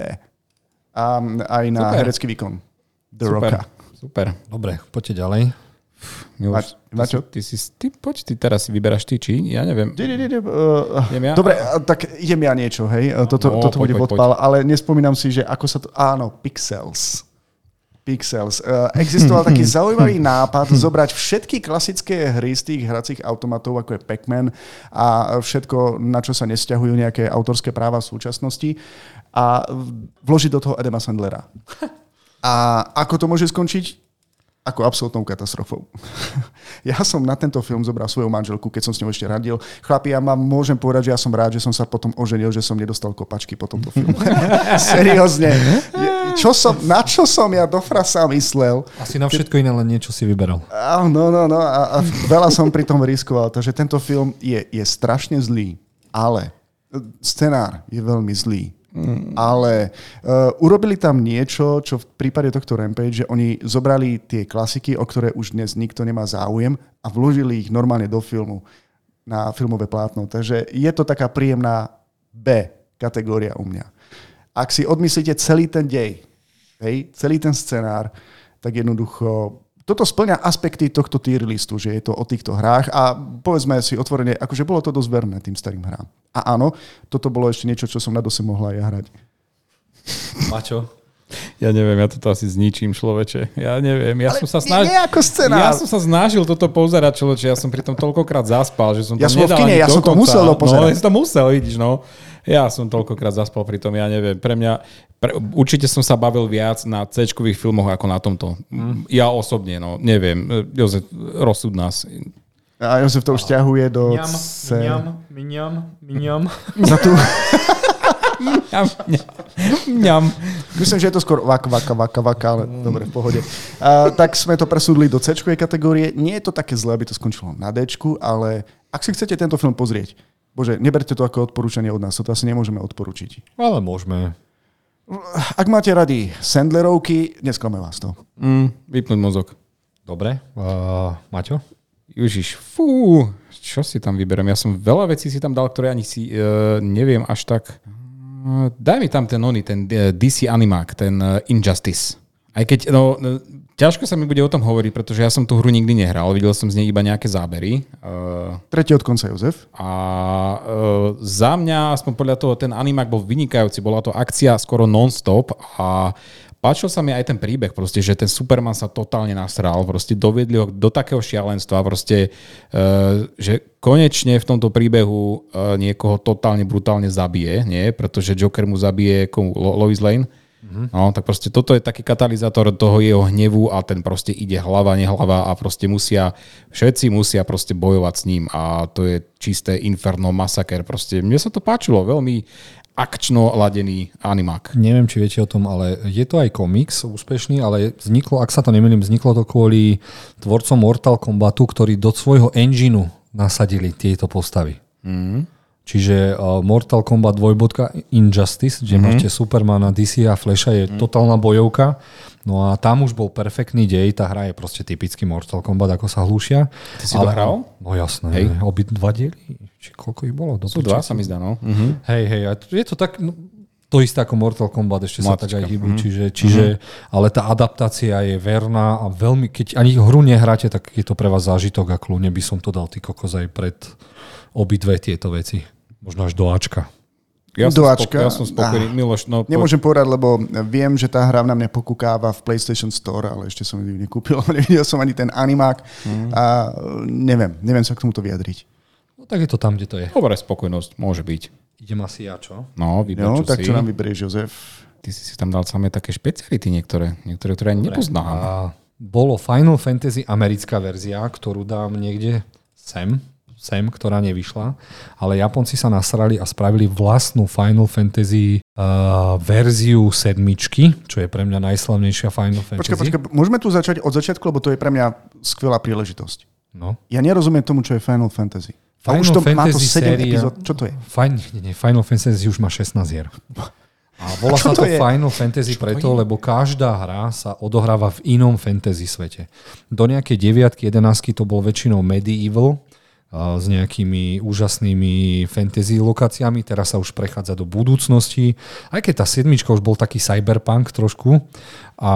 A aj na Super. herecký výkon The Super. Rocka. Super. Dobre, poďte ďalej. Miloš, ty, si, ty si, ty, poď, ty teraz si vyberáš ty, či? Ja neviem. Die, die, die, uh, ja? Dobre, tak idem ja niečo, hej. Toto, no, toto poď, bude podpal, ale nespomínam si, že ako sa to... Áno, Pixels. Pixels. Uh, existoval taký zaujímavý nápad zobrať všetky klasické hry z tých hracích automatov, ako je Pac-Man a všetko, na čo sa nesťahujú nejaké autorské práva v súčasnosti a vložiť do toho Adama Sandlera. A ako to môže skončiť? Ako absolútnou katastrofou. Ja som na tento film zobral svoju manželku, keď som s ňou ešte radil. Chlapi, ja vám môžem povedať, že ja som rád, že som sa potom oženil, že som nedostal kopačky po tomto filmu. Seriózne. Čo som, na čo som ja do frasa myslel? Asi na všetko iné, len niečo si vyberal. No, no, no. A, a veľa som pri tom riskoval. Takže tento film je, je strašne zlý, ale scenár je veľmi zlý. Mm. Ale uh, urobili tam niečo, čo v prípade tohto Rampage, že oni zobrali tie klasiky, o ktoré už dnes nikto nemá záujem a vložili ich normálne do filmu na filmové plátno. Takže je to taká príjemná B kategória u mňa. Ak si odmyslíte celý ten dej, hej, celý ten scenár, tak jednoducho toto spĺňa aspekty tohto tier listu, že je to o týchto hrách a povedzme si otvorene, akože bolo to dosť verné tým starým hrám. A áno, toto bolo ešte niečo, čo som na dose mohla aj ja hrať. Mačo? Ja neviem, ja toto asi zničím, človeče. Ja neviem, ja Ale som sa snažil... nie ako scenár. Ja som sa snažil toto pozerať, človeče, ja som pri tom toľkokrát zaspal, že som to ja nedal som v kine, ja som to musel dopozerať. No, ja som to musel, vidíš, no. Ja som toľkokrát zaspal pri tom, ja neviem. Pre mňa, pre, určite som sa bavil viac na C-čkových filmoch ako na tomto. Mm. Ja osobne, no, neviem. Jozef, rozsud nás. A Jozef to už ťahuje do... Mňam, C... mňam, mňam, mňam. Za tú... mňam, mňam, mňam. Myslím, že je to skôr vaka, vaka, vaka, vaka, ale mm. dobre, v pohode. A, tak sme to presúdli do C-čkovej kategórie. Nie je to také zlé, aby to skončilo na D-čku, ale ak si chcete tento film pozrieť, bože, neberte to ako odporúčanie od nás, to asi nemôžeme odporučiť. Ale môžeme. Ak máte rady Sandlerovky, nesklame vás to. Mm, vypnúť mozog. Dobre. Uh, Maťo? Ježiš, fú, čo si tam vyberiem? Ja som veľa vecí si tam dal, ktoré ani si uh, neviem až tak... Uh, daj mi tam ten oný, ten uh, dé cé animák, ten uh, Injustice. Aj keď, no, no, ťažko sa mi bude o tom hovoriť, pretože ja som tú hru nikdy nehral, videl som z nej iba nejaké zábery. Uh, Tretí od konca, Jozef. A uh, za mňa, aspoň podľa toho, ten animák bol vynikajúci, bola to akcia skoro non-stop a páčil sa mi aj ten príbeh, proste, že ten Superman sa totálne nasral, proste doviedli ho do takého šialenstva, proste, uh, že konečne v tomto príbehu uh, niekoho totálne brutálne zabije, nie? Pretože Joker mu zabije komu? Lo- Lois Lane. No, tak proste toto je taký katalizátor toho jeho hnevu a ten proste ide hlava, nehlava a proste musia, všetci musia proste bojovať s ním a to je čisté inferno, masaker. Proste mne sa to páčilo, veľmi akčno ladený animák. Neviem, či viete o tom, ale je to aj komiks úspešný, ale vzniklo, ak sa to nemýlim, vzniklo to kvôli tvorcom Mortal Kombatu, ktorí do svojho engineu nasadili tieto postavy. Mhm. Čiže uh, Mortal Kombat dva Injustice, kde mm-hmm. máte Supermana, dé cé a Flasha, je mm. totálna bojovka. No a tam už bol perfektný dej, tá hra je proste typický Mortal Kombat, ako sa hlúšia. Ty si ale, to hral? No jasné, hej. Obi dva diely? Či koľko ich bolo? Sú dva, sa mi zdá, no. Mm-hmm. Hej, hej, a je to tak... No, to isté ako Mortal Kombat, ešte Matička. Sa tak aj hýbu, mm-hmm. čiže, čiže ale tá adaptácia je verná a veľmi, keď ani hru nehráte, tak je to pre vás zážitok a kľudne by som to dal ty kokos aj pred obidve tieto veci. Možno až do Ačka. Ja do som Ačka? Spok- ja som spokojný. Miloš, no, nemôžem povedať, lebo viem, že tá hra na mňa pokúkáva v PlayStation Store, ale ešte som ju nekúpil. Nevidel som ani ten animák mm. a neviem, neviem sa k tomuto vyjadriť. No tak je to tam, kde to je. Dobre, spokojnosť, môže byť. Idem asi ja, čo? No, vyber, no čo tak si. čo nám vyberieš, Jozef? Ty si si tam dal samé také špeciality niektoré, niektoré, ktoré ani nepoznám. A bolo Final Fantasy americká verzia, ktorú dám niekde sem. sem, ktorá nevyšla, ale Japonci sa nasrali a spravili vlastnú Final Fantasy uh, verziu sedmičky, čo je pre mňa najslavnejšia Final Fantasy. Počkaj, počkaj, môžeme tu začať od začiatku, lebo to je pre mňa skvelá príležitosť. No. Ja nerozumiem tomu, čo je Final Fantasy. Final už to Fantasy má to sedem séria, epizód. Čo to je? Final, nie, Final Fantasy už má šestnásť hier. A volá sa to, to Final Fantasy čo preto, lebo každá hra sa odohráva v inom fantasy svete. Do nejakej deviatky, jedenáctky to bol väčšinou medieval, s nejakými úžasnými fantasy lokáciami. Teraz sa už prechádza do budúcnosti. Aj keď tá siedmička už bol taký cyberpunk trošku. A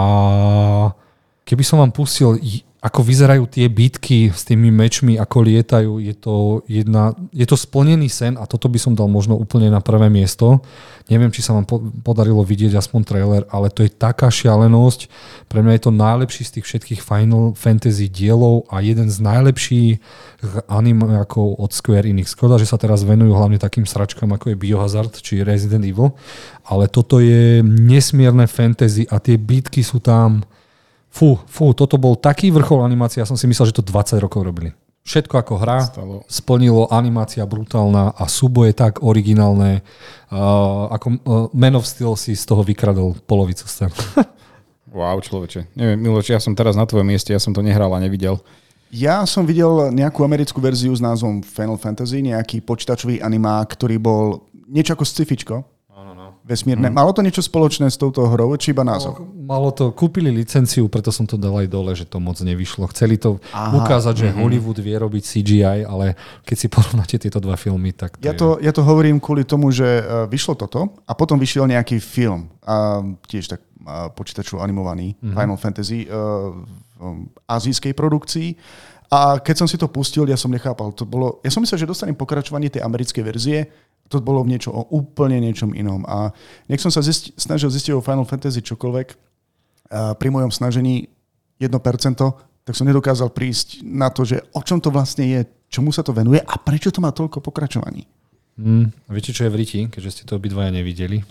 keby som vám pustil, ako vyzerajú tie bitky s tými mečmi, ako lietajú, je to, jedna, je to splnený sen a toto by som dal možno úplne na prvé miesto. Neviem, či sa vám podarilo vidieť aspoň trailer, ale to je taká šialenosť. Pre mňa je to najlepší z tých všetkých Final Fantasy dielov a jeden z najlepších animákov od Square Enix. Škoda, že sa teraz venujú hlavne takým sračkám, ako je Biohazard či Resident Evil, ale toto je nesmierne fantasy a tie bitky sú tam... Fú, fú, toto bol taký vrchol animácie, ja som si myslel, že to dvadsať rokov robili. Všetko ako hra, Stalo. Splnilo, animácia brutálna a súboje tak originálne. Uh, ako uh, Man of Steel si z toho vykradol polovicu scén. Wow, človeče. Neviem, Miloš, ja som teraz na tvojom mieste, ja som to nehral a nevidel. Ja som videl nejakú americkú verziu s názvom Final Fantasy, nejaký počítačový animák, ktorý bol niečo ako sci-fičko. vesmírne. Mm. Malo to niečo spoločné s touto hrou, či iba názov? Malo to, kúpili licenciu, preto som to dal aj dole, že to moc nevyšlo. Chceli to Aha. ukázať, že mm-hmm. Hollywood vie robiť C G I, ale keď si porovnáte tieto dva filmy, tak to ja, to, je... ja to hovorím kvôli tomu, že vyšlo toto a potom vyšiel nejaký film, a tiež tak počítačovo animovaný, mm-hmm. Final Fantasy uh, v azijskej produkcii. A keď som si to pustil, ja som nechápal. To bolo, ja som myslel, že dostanem pokračovanie tej americkej verzie. To bolo v niečo o úplne niečom inom. A nech som sa zisti, snažil zistiť o Final Fantasy čokoľvek, a pri mojom snažení jedno percento, tak som nedokázal prísť na to, že o čom to vlastne je, čomu sa to venuje a prečo to má toľko pokračovaní. Mm, viete, čo je v riti, keďže ste to obidvaja nevideli?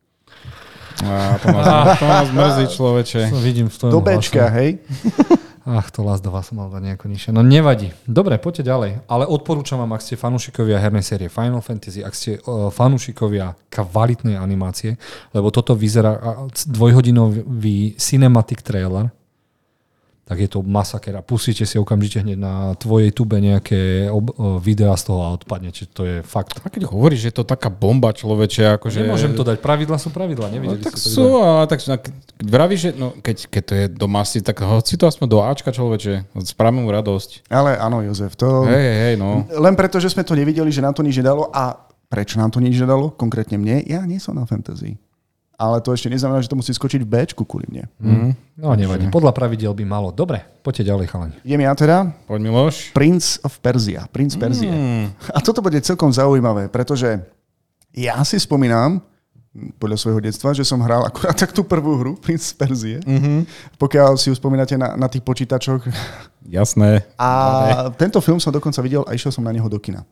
Á, to nás mrzí, človeče. Vidím v tom do Bčka, hej? Ach, to Last of Us som mal dať nejako nižšie. No nevadí. Dobre, poďte ďalej. Ale odporúčam vám, ak ste fanúšikovia hernej série Final Fantasy, ak ste uh, fanúšikovia kvalitnej animácie, lebo toto vyzerá uh, dvojhodinový cinematic trailer, tak je to masaker. A pustíte si okamžite hneď na tvojej tube nejaké ob- videá z toho a odpadnete. To je fakt. A keď hovoríš, že je to taká bomba, človeče, akože... Nemôžem to dať. Pravidla sú pravidla. Nevideli no, tak si to sú, a tak keď vravíš, že no, keď, keď to je do masy, tak hoď si to aspoň do Ačka, človeče. Spravím mu radosť. Ale áno, Jozef, to... Hej, hej, no. Len preto, že sme to nevideli, že nám to nič nedalo. A prečo nám to nič nedalo? Konkrétne mne? Ja nie som na fantasy. Ale to ešte neznamená, že to musí skočiť v Bčku kvôli mne. Mm. No nevadí. Podľa pravidel by malo. Dobre, poďte ďalej, chalani. Idem ja teda. Poď, Miloš. Prince of Persia. Prince Perzie. Mm. A toto bude celkom zaujímavé, pretože ja si spomínam, podľa svojho detstva, že som hral akurát tak tú prvú hru, Prince of Perzie. Mm-hmm. Pokiaľ si ju spomínate na, na tých počítačoch. Jasné. A Dobre. Tento film som dokonca videl a išiel som na neho do kina.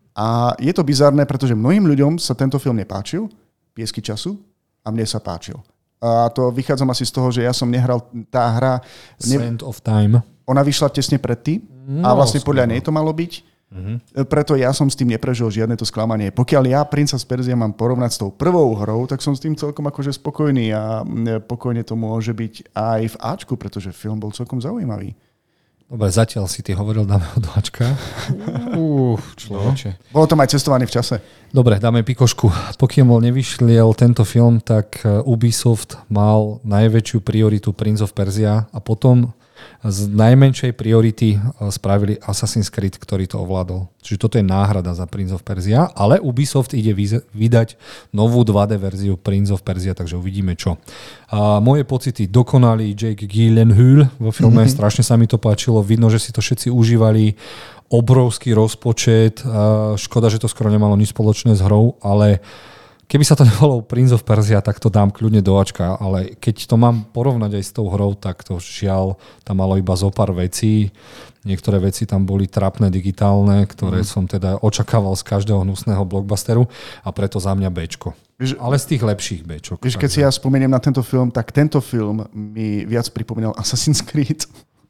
A je to bizarné, pretože mnohým ľuďom sa tento film nepáčil. Piesky času. A mne sa páčil. A to vychádzam asi z toho, že ja som nehral tá hra... Ne... Sand of Time. Ona vyšla tesne predtým no, a vlastne podľa nej to malo byť. Uh-huh. Preto ja som s tým neprežil žiadne to sklamanie. Pokiaľ ja Princa z Perzie mám porovnať s tou prvou hrou, tak som s tým celkom akože spokojný a pokojne to môže byť aj v Ačku, pretože film bol celkom zaujímavý. Dobre, zatiaľ si ty hovoril, dáme ho do Ačka. Uh, človeče. No. Bolo tam aj cestovanie v čase. Dobre, dáme pikošku. Pokiaľ nevyšliel tento film, tak Ubisoft mal najväčšiu prioritu Prince of Persia a potom z najmenšej priority spravili Assassin's Creed, ktorý to ovládol. Čiže toto je náhrada za Prince of Persia, ale Ubisoft ide vydať novú dva dé verziu Prince of Persia, takže uvidíme čo. A moje pocity dokonali Jake Gyllenhaal vo filme, mm-hmm. strašne sa mi to páčilo, vidno, že si to všetci užívali, obrovský rozpočet, škoda, že to skoro nemalo nič spoločné s hrou, ale keby sa to nevolalo Prince of Persia, tak to dám kľudne do Ačka, ale keď to mám porovnať aj s tou hrou, tak to žiaľ, tam malo iba zo pár vecí. Niektoré veci tam boli trapné, digitálne, ktoré mm. som teda očakával z každého hnusného blockbusteru a preto za mňa Bčko. Víš, ale z tých lepších Bčok. Víš, keď si ja spomeniem na tento film, tak tento film mi viac pripomínal Assassin's Creed.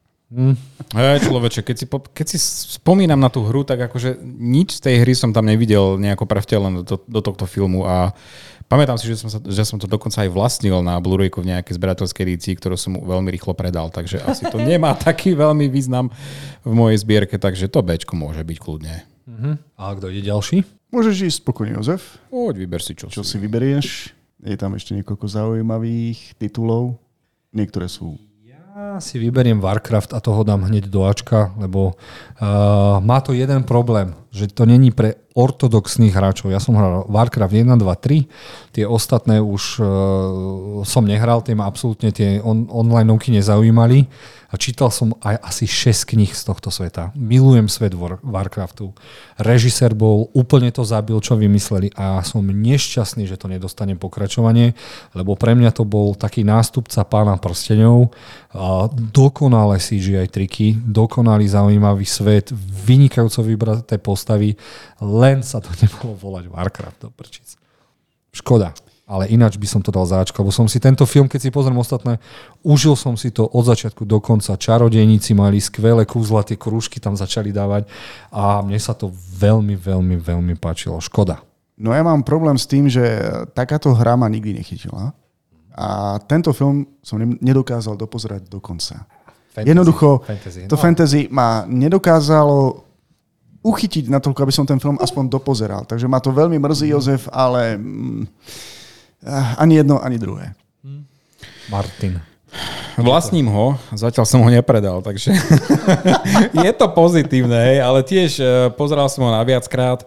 Mm. Hej, človeče, keď si, po, keď si spomínam na tú hru, tak akože nič z tej hry som tam nevidel nejako prevtelené do, do tohto filmu a pamätám si, že som, sa, že som to dokonca aj vlastnil na Blu-rayku v nejakej zberateľskej edícii, ktorú som veľmi rýchlo predal, takže asi to nemá taký veľmi význam v mojej zbierke, takže to Bčko môže byť kľudne. Uh-huh. A kto ide ďalší? Môžeš ísť spokojne, Jozef. Poď, vyber si čo. Čo si vyberieš? Je tam ešte niekoľko zaujímavých titulov. Niektoré sú... Ja si vyberiem Warcraft a toho dám hneď do Ačka, lebo uh, má to jeden problém, že to není pre ortodoxných hráčov. Ja som hral Warcraft jeden, dva, tri, tie ostatné už uh, som nehral, tie ma absolútne tie on, online-ovky nezaujímali a čítal som aj asi šesť kníh z tohto sveta. Milujem svet War, Warcraftu. Režisér bol, úplne to zabil, čo vymysleli a som nešťastný, že to nedostane pokračovanie, lebo pre mňa to bol taký nástupca Pána prsteňov, a dokonalé C G I triky, dokonalý zaujímavý svet, vynikajúco vybraté postavy, len sa to nemalo volať Warcraft do prčic. Škoda. Ale ináč by som to dal za Ačko, lebo som si tento film, keď si pozriem ostatné, užil som si to od začiatku do konca. Čarodejníci mali skvelé kúzla, tie krúžky tam začali dávať a mne sa to veľmi, veľmi, veľmi páčilo. Škoda. No ja mám problém s tým, že takáto hra ma nikdy nechytila a tento film som nedokázal dopozerať do konca. Fantasy, Jednoducho, fantasy, to no. fantasy ma nedokázalo uchytiť natoľko, aby som ten film aspoň dopozeral. Takže ma to veľmi mrzí, Jozef, ale... Ani jedno, ani druhé. Martin. Vlastním ho, zatiaľ som ho nepredal, takže je to pozitívne, hej, ale tiež uh, pozeral som ho na viackrát.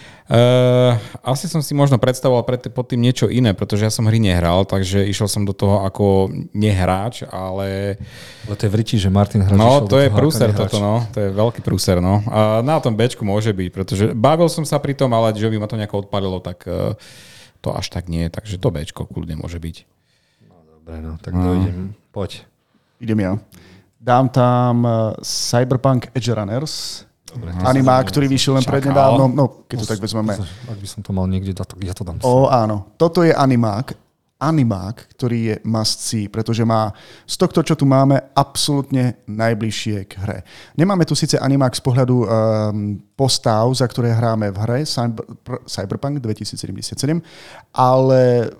Uh, asi som si možno predstavoval pred, pod tým niečo iné, pretože ja som hry nehral, takže išiel som do toho ako nehráč, ale... Ale to je v riči, že Martin hráč No, to je prúser toto, no. To je veľký prúser, no. A na tom Bčku môže byť, pretože bavil som sa pri tom, ale že by ma to nejako odpalilo, tak uh, to až tak nie, takže to Bčko kľudne môže byť. No, dobre, no, tak no. dojdem. Poď. Idem ja. Dám tam Cyberpunk Edge Runners. Dobre, animák, ktorý vyšiel len prednedávnom. No, keď to tak vezmeme. Ak by som to mal niekde dať, tak ja to dám. O, áno. Toto je animák. Animák, ktorý je must see, pretože má z tohto, čo tu máme, absolútne najbližšie k hre. Nemáme tu síce animák z pohľadu um, postav, za ktoré hráme v hre, Cyber, Cyberpunk dvetisícsedemdesiatsedem, ale...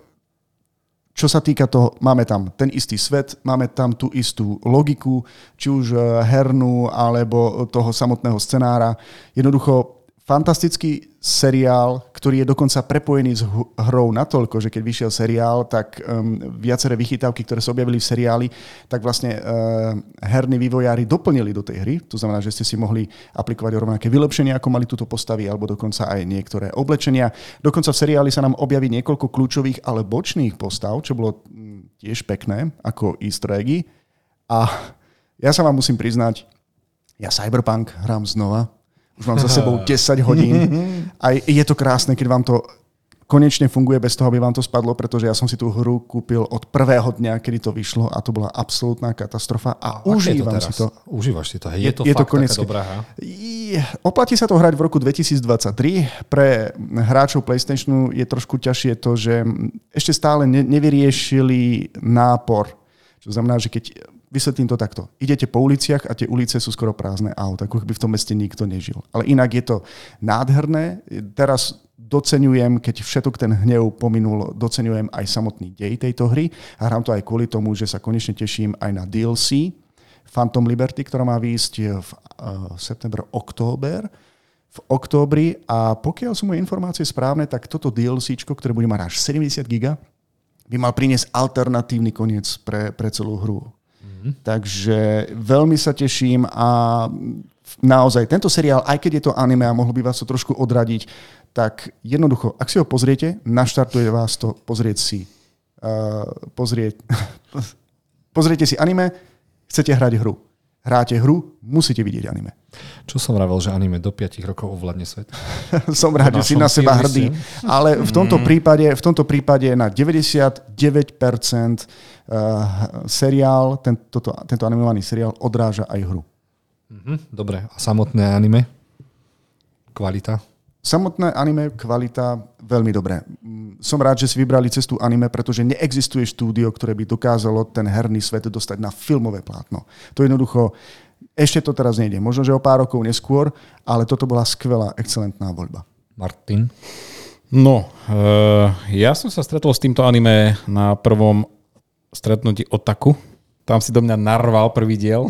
Čo sa týka toho, máme tam ten istý svet, máme tam tú istú logiku, či už hernú, alebo toho samotného scenára. Jednoducho fantastický seriál, ktorý je dokonca prepojený s hrou natoľko, že keď vyšiel seriál, tak um, viaceré vychytávky, ktoré sa objavili v seriáli, tak vlastne uh, herní vývojári doplnili do tej hry. To znamená, že ste si mohli aplikovať rovnaké vylepšenia, ako mali túto postavy, alebo dokonca aj niektoré oblečenia. Dokonca v seriáli sa nám objaví niekoľko kľúčových, ale bočných postav, čo bolo tiež pekné, ako easter eggy. A ja sa vám musím priznať, ja Cyberpunk hrám znova. Už mám za sebou desať hodín a je to krásne, keď vám to konečne funguje bez toho, aby vám to spadlo, pretože ja som si tú hru kúpil od prvého dňa, kedy to vyšlo a to bola absolútna katastrofa a, a užívam to si to. Užívaš si to, hej? Je, je to je fakt to taká dobrá hra? Oplatí sa to hrať v roku dvetisícdvadsaťtri. Pre hráčov PlayStationu je trošku ťažšie to, že ešte stále ne, nevyriešili nápor. Čo znamená, že keď... Vysvetlím to takto. Idete po uliciach a tie ulice sú skoro prázdne aut, ako by v tom meste nikto nežil. Ale inak je to nádherné. Teraz doceňujem, keď všetok ten hnev pominul, doceňujem aj samotný dej tejto hry a hrám to aj kvôli tomu, že sa konečne teším aj na D L C Phantom Liberty, ktorá má výjsť v uh, september, október. V októbri a pokiaľ sú moje informácie správne, tak toto DLCčko, ktoré bude mať až sedemdesiat giga, by mal priniesť alternatívny koniec pre, pre celú hru. Takže veľmi sa teším a naozaj tento seriál, aj keď je to anime a mohlo by vás to trošku odradiť, tak jednoducho, ak si ho pozriete, naštartuje vás to pozrieť si. Uh, pozrieť, pozriete si anime, chcete hrať hru. Hráte hru, musíte vidieť anime. Čo som vravel, že anime do päť rokov ovládne svet? Som rád, že si na seba hrdý. Ale v tomto prípade, v tomto prípade na deväťdesiatdeväť percent seriál, tento, tento animovaný seriál odráža aj hru. Dobre. A samotné anime? Kvalita? Samotné anime, kvalita, veľmi dobré. Som rád, že si vybrali cestu anime, pretože neexistuje štúdio, ktoré by dokázalo ten herný svet dostať na filmové plátno. To jednoducho, ešte to teraz nejde. Možno, že o pár rokov neskôr, ale toto bola skvelá, excelentná voľba. Martin? No, uh, ja som sa stretol s týmto anime na prvom stretnutí Otaku. Tam si do mňa narval prvý diel.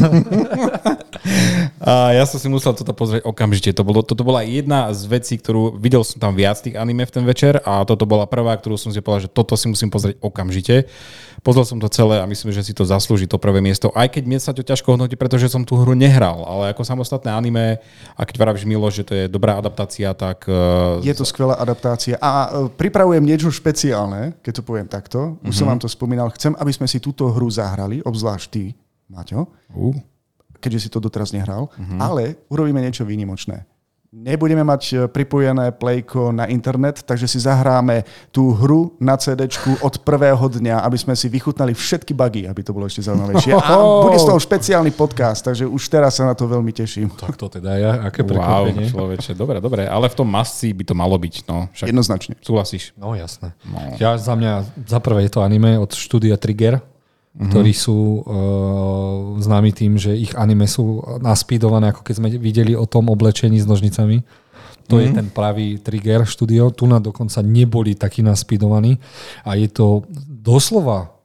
A ja som si musel toto pozrieť okamžite. To bolo, toto bola jedna z vecí, ktorú videl som tam viac tých anime v ten večer a toto bola prvá, ktorú som si povedal, že toto si musím pozrieť okamžite. Pozrel som to celé a myslím, že si to zaslúži to prvé miesto. Aj keď mne sa to ťažko hodnotí, pretože som tú hru nehral, ale ako samostatné anime, a keď vravíš, Milo, že to je dobrá adaptácia, tak... Je to skvelá adaptácia a pripravujem niečo špeciálne, keď to poviem takto. Už mm-hmm. som vám to spomínal. Chcem, aby sme si túto hru zahrali, obzvlášť ty, Maťo. Uh. Keďže si to doteraz nehral, uh-huh. ale urobíme niečo výnimočné. Nebudeme mať pripojené plejko na internet, takže si zahráme tú hru na CDčku od prvého dňa, aby sme si vychutnali všetky bugy, aby to bolo ešte zaujímavejšie. A bude z toho špeciálny podcast, takže už teraz sa na to veľmi teším. Tak to teda je, aké Wow, prekvapenie. človeče, dobre, dobre, ale v tom masci by to malo byť. No, však jednoznačne. Súhlasíš? No jasné. No. Ja za mňa, za prvé je to anime od štúdia Trigger, Uh-huh. ktorí sú uh, známi tým, že ich anime sú naspídované, ako keď sme videli o tom oblečení s nožnicami. To uh-huh. je ten pravý Trigger štúdio. Tu na dokonca neboli takí naspídovaní. A je to doslova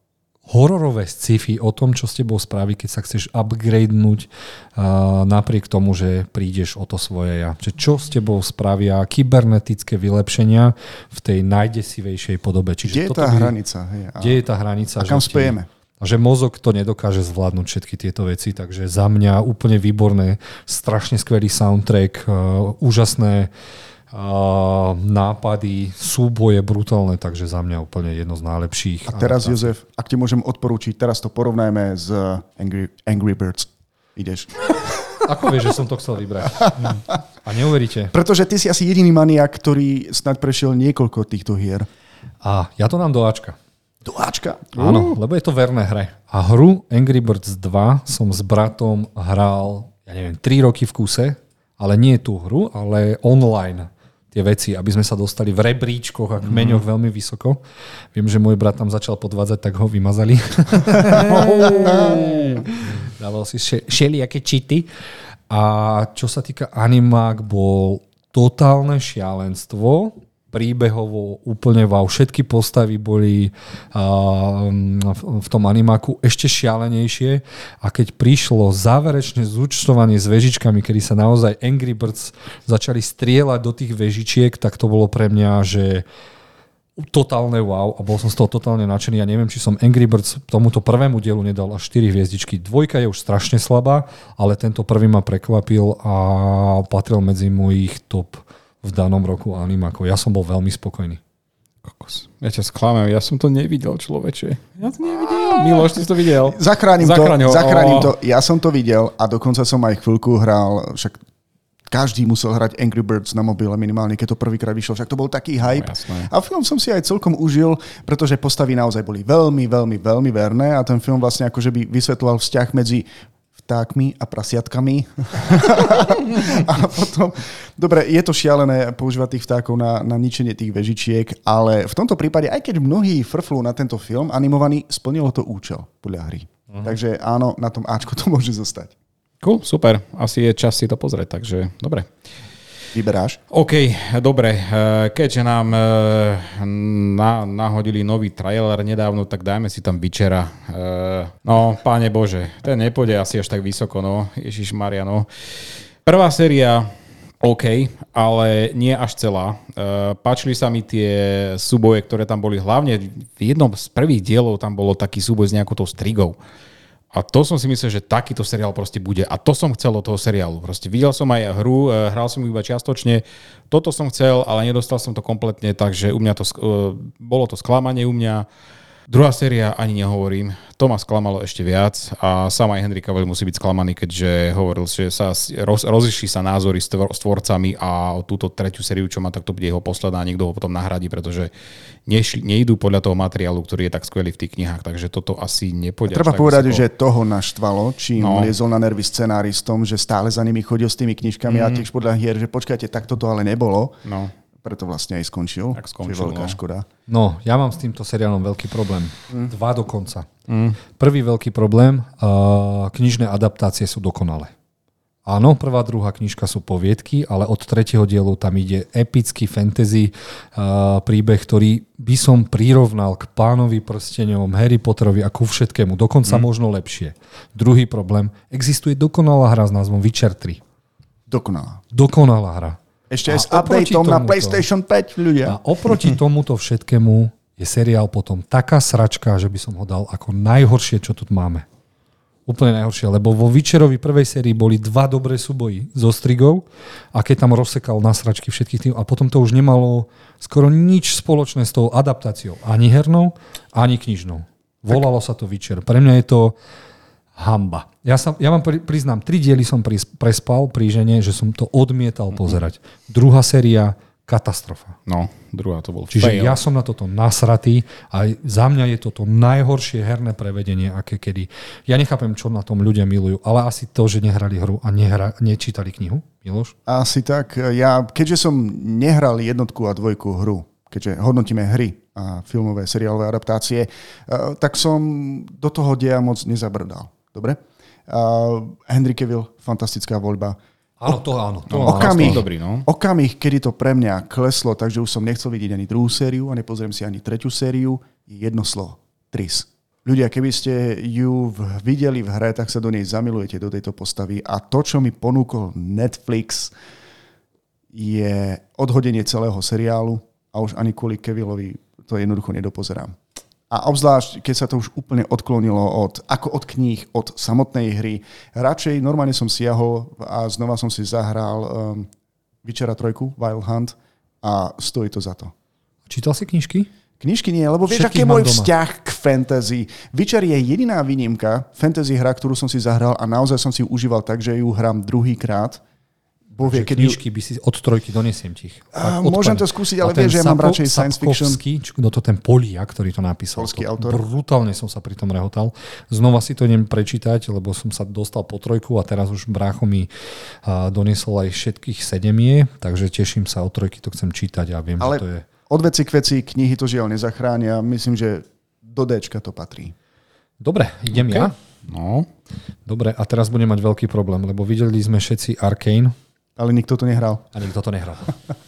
hororové sci-fi o tom, čo s tebou spraví, keď sa chceš upgradenúť uh, napriek tomu, že prídeš o to svoje ja. Čiže čo s tebou spravia kybernetické vylepšenia v tej najdesivejšej podobe. Čiže kde je tá by... hranica? Hej, a... Kde je tá hranica? A kam spejeme? A že mozog to nedokáže zvládnuť všetky tieto veci, takže za mňa úplne výborné, strašne skvelý soundtrack, uh, úžasné Uh, nápady, súboje brutálne, takže za mňa úplne jedno z najlepších. A teraz, adaptácií. Jozef, ak ti môžem odporúčiť, teraz to porovnajme s Angry, Angry Birds. Ideš. Ako vieš, že som to chcel vybrať? A neuveríte. Pretože ty si asi jediný maniak, ktorý snad prešiel niekoľko týchto hier. A ja to dám do Ačka. Do Ačka? Áno, lebo je to verné hre. A hru Angry Birds dva som s bratom hral, ja neviem, tri roky v kuse, ale nie tú hru, ale online. Tie veci, aby sme sa dostali v rebríčkoch a kmeňoch mm. veľmi vysoko. Viem, že môj brat tam začal podvádzať, tak ho vymazali. Dával si všelijaké cheaty. A čo sa týka Animák, bol totálne šialenstvo. Príbehovo úplne wow. Všetky postavy boli uh, v tom animáku ešte šialenejšie a keď prišlo záverečné zúčtovanie s vežičkami, kedy sa naozaj Angry Birds začali strieľať do tých vežičiek, tak to bolo pre mňa, že totálne wow a bol som z toho totálne nadšený. Ja neviem, či som Angry Birds tomuto prvému dielu nedal až štyri hviezdičky. Dvojka je už strašne slabá, ale tento prvý ma prekvapil a patril medzi mojich top v danom roku animákov. Ja som bol veľmi spokojný. Kokos. Ja ťa sklamem, ja som to nevidel, človeče. Ja to nevidel. Miloš, ty si to videl? Zachránim Zachraň to, zachránim to. Ja som to videl a dokonca som aj chvíľku hral, však každý musel hrať Angry Birds na mobile minimálne, keď to prvýkrát vyšlo. Však to bol taký hype. No, a film som si aj celkom užil, pretože postavy naozaj boli veľmi, veľmi, veľmi verné a ten film vlastne akože by vysvetľoval vzťah medzi vtákmi a prasiatkami. A potom, dobre, je to šialené používať tých vtákov na, na ničenie tých vežičiek, ale v tomto prípade, aj keď mnohí frflú na tento film animovaný, splnilo to účel podľa hry. Uh-huh. Takže áno, na tom Ačko to môže zostať. Cool, super. Asi je čas si to pozrieť, takže dobre. Vyberáš? OK, dobre. Keďže nám na, nahodili nový trailer nedávno, tak dajme si tam Witchera. No, páne Bože, ten nepôjde asi až tak vysoko, no. Ježišmaria, no. Prvá séria, OK, ale nie až celá. Páčili sa mi tie súboje, ktoré tam boli. Hlavne v jednom z prvých dielov tam bolo taký súboj s nejakou tou strigou. A to som si myslel, že takýto seriál proste bude. A to som chcel od toho seriálu. Proste videl som aj hru, hral som ju iba čiastočne. Toto som chcel, ale nedostal som to kompletne, takže u mňa to, bolo to sklamanie u mňa. Druhá séria ani nehovorím. To ma sklamalo ešte viac a sám aj Henry Cavill musí byť sklamaný, keďže hovoril, že sa roz, rozišli sa názory s, tvor, s tvorcami a túto tretiu sériu, čo má, tak to bude jeho posledná a niekto ho potom nahradí, pretože nešli, nejdú podľa toho materiálu, ktorý je tak skvelý v tých knihách, takže toto asi nepôjde. Treba povedať, vysoko. Že toho naštvalo, čím no. liezol na nervy scenáristom, že stále za nimi chodil s tými knižkami mm. a tiež podľa hier, že počkajte, tak toto ale nebolo. No. Preto vlastne aj skončil. Tak skončil, veľká no. škoda. No, ja mám s týmto seriálom veľký problém. Mm. Dva dokonca. Mm. Prvý veľký problém, uh, knižné adaptácie sú dokonalé. Áno, prvá, druhá knižka sú poviedky, ale od tretieho dielu tam ide epický fantasy uh, príbeh, ktorý by som prirovnal k Pánovi prsteňom, Harry Potterovi a ku všetkému. Dokonca mm. možno lepšie. Druhý problém, existuje dokonalá hra s názvom Witcher tri. Dokonalá. Dokonalá hra. Ešte aj s updateom na PlayStation päť, ľudia. A oproti tomuto všetkému je seriál potom taká sračka, že by som ho dal ako najhoršie, čo tu máme. Úplne najhoršie, lebo vo Witcherovi prvej sérii boli dva dobré súboji so strigou a keď tam rozsekal na sračky všetkých tým a potom to už nemalo skoro nič spoločné s tou adaptáciou. Ani hernou, ani knižnou. Volalo sa to Witcher. Pre mňa je to hamba. Ja, sa, ja vám priznám, tri diely som prespal pri žene, že som to odmietal pozerať. Mm-hmm. Druhá séria, katastrofa. No, druhá to bol Čiže fail. ja som na toto nasratý a za mňa je toto najhoršie herné prevedenie, aké kedy. Ja nechápem, čo na tom ľudia milujú, ale asi to, že nehrali hru a nehra, nečítali knihu. Miloš? Asi tak. Ja, keďže som nehral jednotku a dvojku hru, keďže hodnotíme hry a filmové, seriálové adaptácie, tak som do toho deja moc nezabrdal. Dobre? Uh, Henry Cavill, fantastická voľba. Áno, to áno. To no, okamih, dobrý, no. okamih, kedy to pre mňa kleslo, takže už som nechcel vidieť ani druhú sériu a nepozriem si ani tretiu sériu, je jedno slovo. Tris. ľudia, keby ste ju videli v hre, tak sa do nej zamilujete, do tejto postavy. A to, čo mi ponúkol Netflix, je odhodenie celého seriálu a už ani kvôli Kevillovi to jednoducho nedopozerám. A obzvlášť, keď sa to už úplne odklonilo od, ako od kníh, od samotnej hry. Radšej normálne som siahol a znova som si zahral um, Witchera trojku, Wild Hunt a stojí to za to. Čítal si knižky? Knižky nie, lebo vieš, aký je môj vzťah k fantasy. Witcher je jediná výnimka, fantasy hra, ktorú som si zahral a naozaj som si ju užíval tak, že ju hrám druhýkrát. Bovie, keď knižky by si od trojky donesiem ti ich. Uh, môžem to skúsiť, ale vieš, že ja mám radšej science fiction. Kto to ten Polia, ktorý to napísal. Polský to, autor. Brutálne som sa pri tom rehotal. Znova si to idem prečítať, lebo som sa dostal po trojku a teraz už brácho mi uh, doniesol aj všetkých sedemie, takže teším sa, od trojky to chcem čítať a viem, ale že to je... od veci k veci knihy to žiaľ nezachránia. Myslím, že do Dčka to patrí. Dobre, idem okay. ja. No. Dobre, a teraz budem mať veľký problém, lebo videli sme všetci Arcane. Ale nikto to nehral. A nikto to nehral.